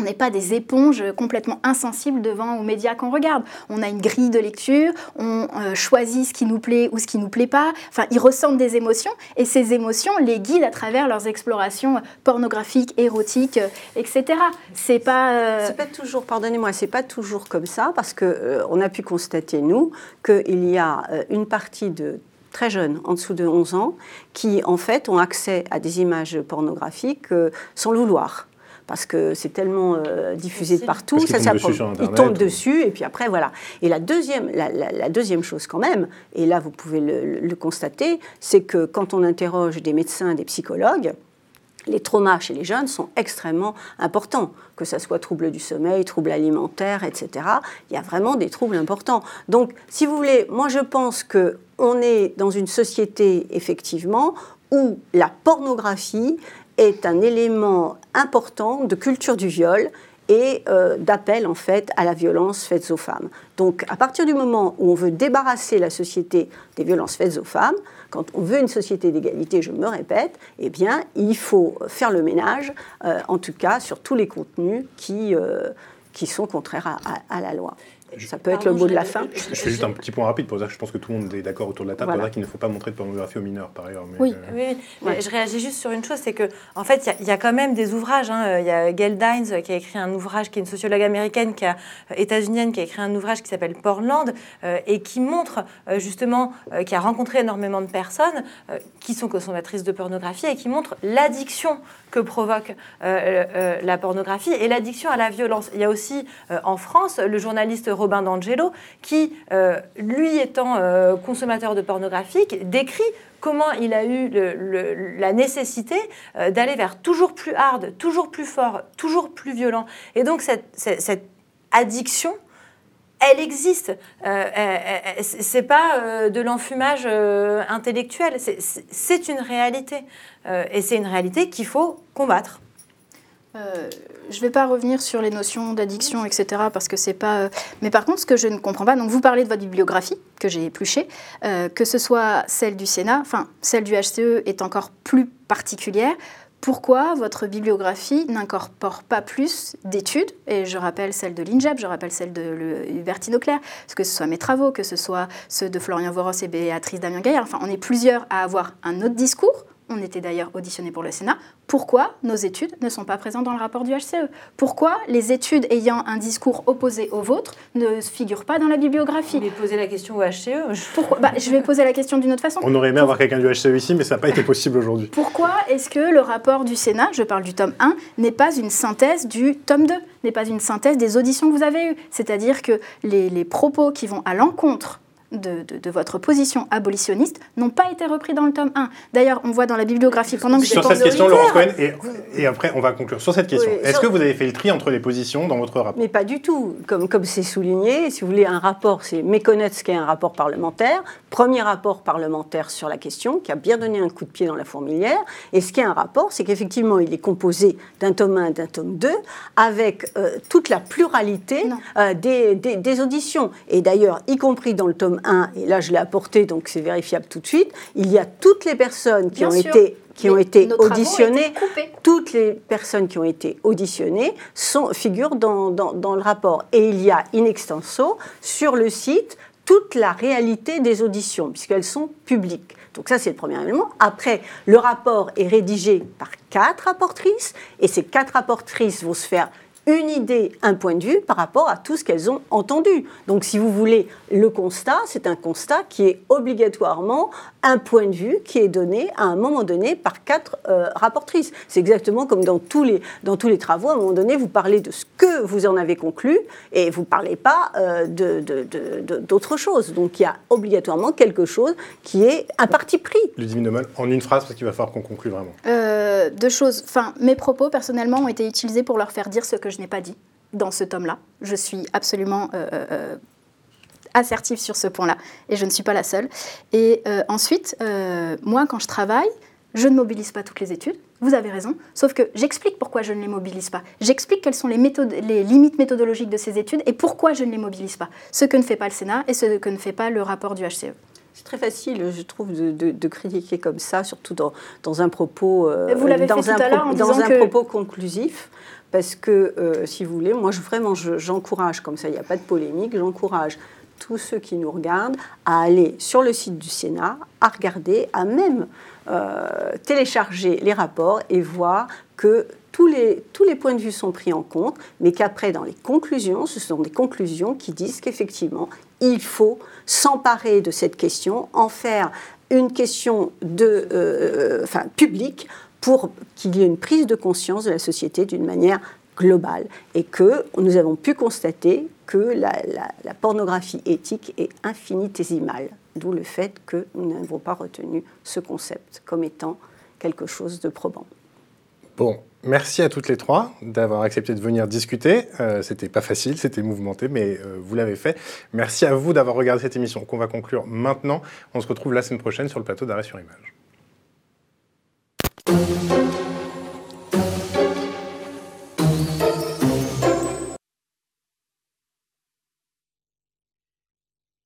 On n'est pas des éponges complètement insensibles devant aux médias qu'on regarde. On a une grille de lecture, on euh, choisit ce qui nous plaît ou ce qui ne nous plaît pas. Enfin, ils ressentent des émotions et ces émotions les guident à travers leurs explorations pornographiques, érotiques, euh, et cetera. C'est pas... Euh... C'est pas toujours, pardonnez-moi, c'est pas toujours comme ça parce qu'on euh, a pu constater, nous, qu'il y a euh, une partie de très jeunes, en dessous de onze ans, qui, en fait, ont accès à des images pornographiques euh, sans le vouloir. Parce que c'est tellement euh, diffusé de partout, ça, ça, dessus ils tombent dessus, et puis après, voilà. Et la deuxième, la, la, la deuxième chose quand même, et là vous pouvez le, le, le constater, c'est que quand on interroge des médecins, des psychologues, les traumas chez les jeunes sont extrêmement importants, que ce soit troubles du sommeil, troubles alimentaires, et cetera. Il y a vraiment des troubles importants. Donc, si vous voulez, moi je pense qu'on est dans une société, effectivement, où la pornographie est un élément important de culture du viol et euh, d'appel en fait à la violence faite aux femmes. Donc à partir du moment où on veut débarrasser la société des violences faites aux femmes, quand on veut une société d'égalité, je me répète, eh bien il faut faire le ménage, euh, en tout cas sur tous les contenus qui, euh, qui sont contraires à, à, à la loi. Ça peut être Pardon, le mot je, de la fin. Je, je fais juste un petit point rapide pour ça. Je pense que tout le monde est d'accord autour de la table. Voilà. Pour dire qu'il ne faut pas montrer de pornographie aux mineurs, par ailleurs. Mais oui. euh... oui, oui. Ouais. Je réagis juste sur une chose, c'est que en fait, il y, y a quand même des ouvrages. Hein. Il y a Gail Dines qui a écrit un ouvrage, qui est une sociologue américaine, qui a euh, états-unienne, qui a écrit un ouvrage qui s'appelle Pornland euh, et qui montre euh, justement, euh, qui a rencontré énormément de personnes euh, qui sont consommatrices de pornographie et qui montre l'addiction que provoque euh, euh, la pornographie et l'addiction à la violence. Il y a aussi euh, en France le journaliste Robin D'Angelo qui, euh, lui étant euh, consommateur de pornographie, décrit comment il a eu le, le, la nécessité euh, d'aller vers toujours plus hard, toujours plus fort, toujours plus violent. Et donc cette, cette, cette addiction, elle existe. Euh, c'est pas euh, de l'enfumage euh, intellectuel, c'est, c'est une réalité. Euh, et c'est une réalité qu'il faut combattre. Euh, je ne vais pas revenir sur les notions d'addiction, et cetera, parce que c'est pas... Euh... Mais par contre, ce que je ne comprends pas, donc vous parlez de votre bibliographie, que j'ai épluchée, euh, que ce soit celle du Sénat, enfin, celle du H C E est encore plus particulière. Pourquoi votre bibliographie n'incorpore pas plus d'études? Et je rappelle celle de l'INJEP, je rappelle celle de Hubertine Auclair, que ce soit mes travaux, que ce soit ceux de Florian Voros et Béatrice Damien-Gaillard. Enfin, on est plusieurs à avoir un autre discours. On était d'ailleurs auditionnés pour le Sénat. Pourquoi nos études ne sont pas présentes dans le rapport du H C E? Pourquoi les études ayant un discours opposé au vôtre ne figurent pas dans la bibliographie? Vous voulez poser la question au H C E? Pourquoi bah, je vais poser la question d'une autre façon. On aurait aimé Pour... avoir quelqu'un du H C E ici, mais ça n'a pas été possible aujourd'hui. Pourquoi est-ce que le rapport du Sénat, je parle du tome un, n'est pas une synthèse du tome deux, n'est pas une synthèse des auditions que vous avez eues? C'est-à-dire que les, les propos qui vont à l'encontre De, de, de votre position abolitionniste n'ont pas été repris dans le tome un. D'ailleurs, on voit dans la bibliographie, pendant que sur j'ai cette question, Laurence Cohen, et, et après on va conclure sur cette question. Oui, Est-ce sur... que vous avez fait le tri entre les positions dans votre rapport? Mais pas du tout. Comme, comme c'est souligné, si vous voulez, un rapport, c'est méconnaître ce qu'est un rapport parlementaire. Premier rapport parlementaire sur la question, qui a bien donné un coup de pied dans la fourmilière. Et ce qu'est un rapport, c'est qu'effectivement, il est composé d'un tome un et d'un tome deux, avec euh, toute la pluralité euh, des, des, des auditions. Et d'ailleurs, y compris dans le tome un, et là je l'ai apporté, donc c'est vérifiable tout de suite, il y a toutes les personnes qui Bien ont sûr. été, qui ont été nos travaux auditionnées, ont été coupés. toutes les personnes qui ont été auditionnées sont, figurent dans, dans, dans le rapport. Et il y a in extenso sur le site toute la réalité des auditions, puisqu'elles sont publiques. Donc ça, c'est le premier élément. Après, le rapport est rédigé par quatre rapportrices, et ces quatre rapportrices vont se faire une idée, un point de vue par rapport à tout ce qu'elles ont entendu. Donc, si vous voulez, le constat, c'est un constat qui est obligatoirement un point de vue qui est donné à un moment donné par quatre euh, rapportrices. C'est exactement comme dans tous, les, dans tous les travaux. À un moment donné, vous parlez de ce que vous en avez conclu et vous ne parlez pas euh, de, de, de, de, d'autre chose. Donc, il y a obligatoirement quelque chose qui est un parti pris. Ludivine Neumann, en une phrase, parce qu'il va falloir qu'on conclue vraiment. Euh, deux choses. Enfin, mes propos, personnellement, ont été utilisés pour leur faire dire ce que je n'ai pas dit dans ce tome-là. Je suis absolument euh, euh, assertive sur ce point-là, et je ne suis pas la seule. Et euh, ensuite, euh, moi, quand je travaille, je ne mobilise pas toutes les études. Vous avez raison, sauf que j'explique pourquoi je ne les mobilise pas. J'explique quelles sont les, méthodes, les limites méthodologiques de ces études et pourquoi je ne les mobilise pas. Ce que ne fait pas le Sénat et ce que ne fait pas le rapport du H C E. C'est très facile, je trouve, de, de, de critiquer comme ça, surtout dans, dans un propos, euh, Vous l'avez dans fait un, tout à l'heure en dans disant un que... propos conclusif. parce que, euh, si vous voulez, moi je, vraiment je, j'encourage, comme ça il n'y a pas de polémique, j'encourage tous ceux qui nous regardent à aller sur le site du Sénat, à regarder, à même euh, télécharger les rapports et voir que tous les, tous les points de vue sont pris en compte, mais qu'après, dans les conclusions, ce sont des conclusions qui disent qu'effectivement, il faut s'emparer de cette question, en faire une question de, euh, enfin, publique pour qu'il y ait une prise de conscience de la société d'une manière globale. Et que nous avons pu constater que la, la, la pornographie éthique est infinitésimale, d'où le fait que nous n'avons pas retenu ce concept comme étant quelque chose de probant. Bon, merci à toutes les trois d'avoir accepté de venir discuter. Euh, c'était pas facile, c'était mouvementé, mais euh, vous l'avez fait. Merci à vous d'avoir regardé cette émission qu'on va conclure maintenant. On se retrouve la semaine prochaine sur le plateau d'Arrêt sur Image.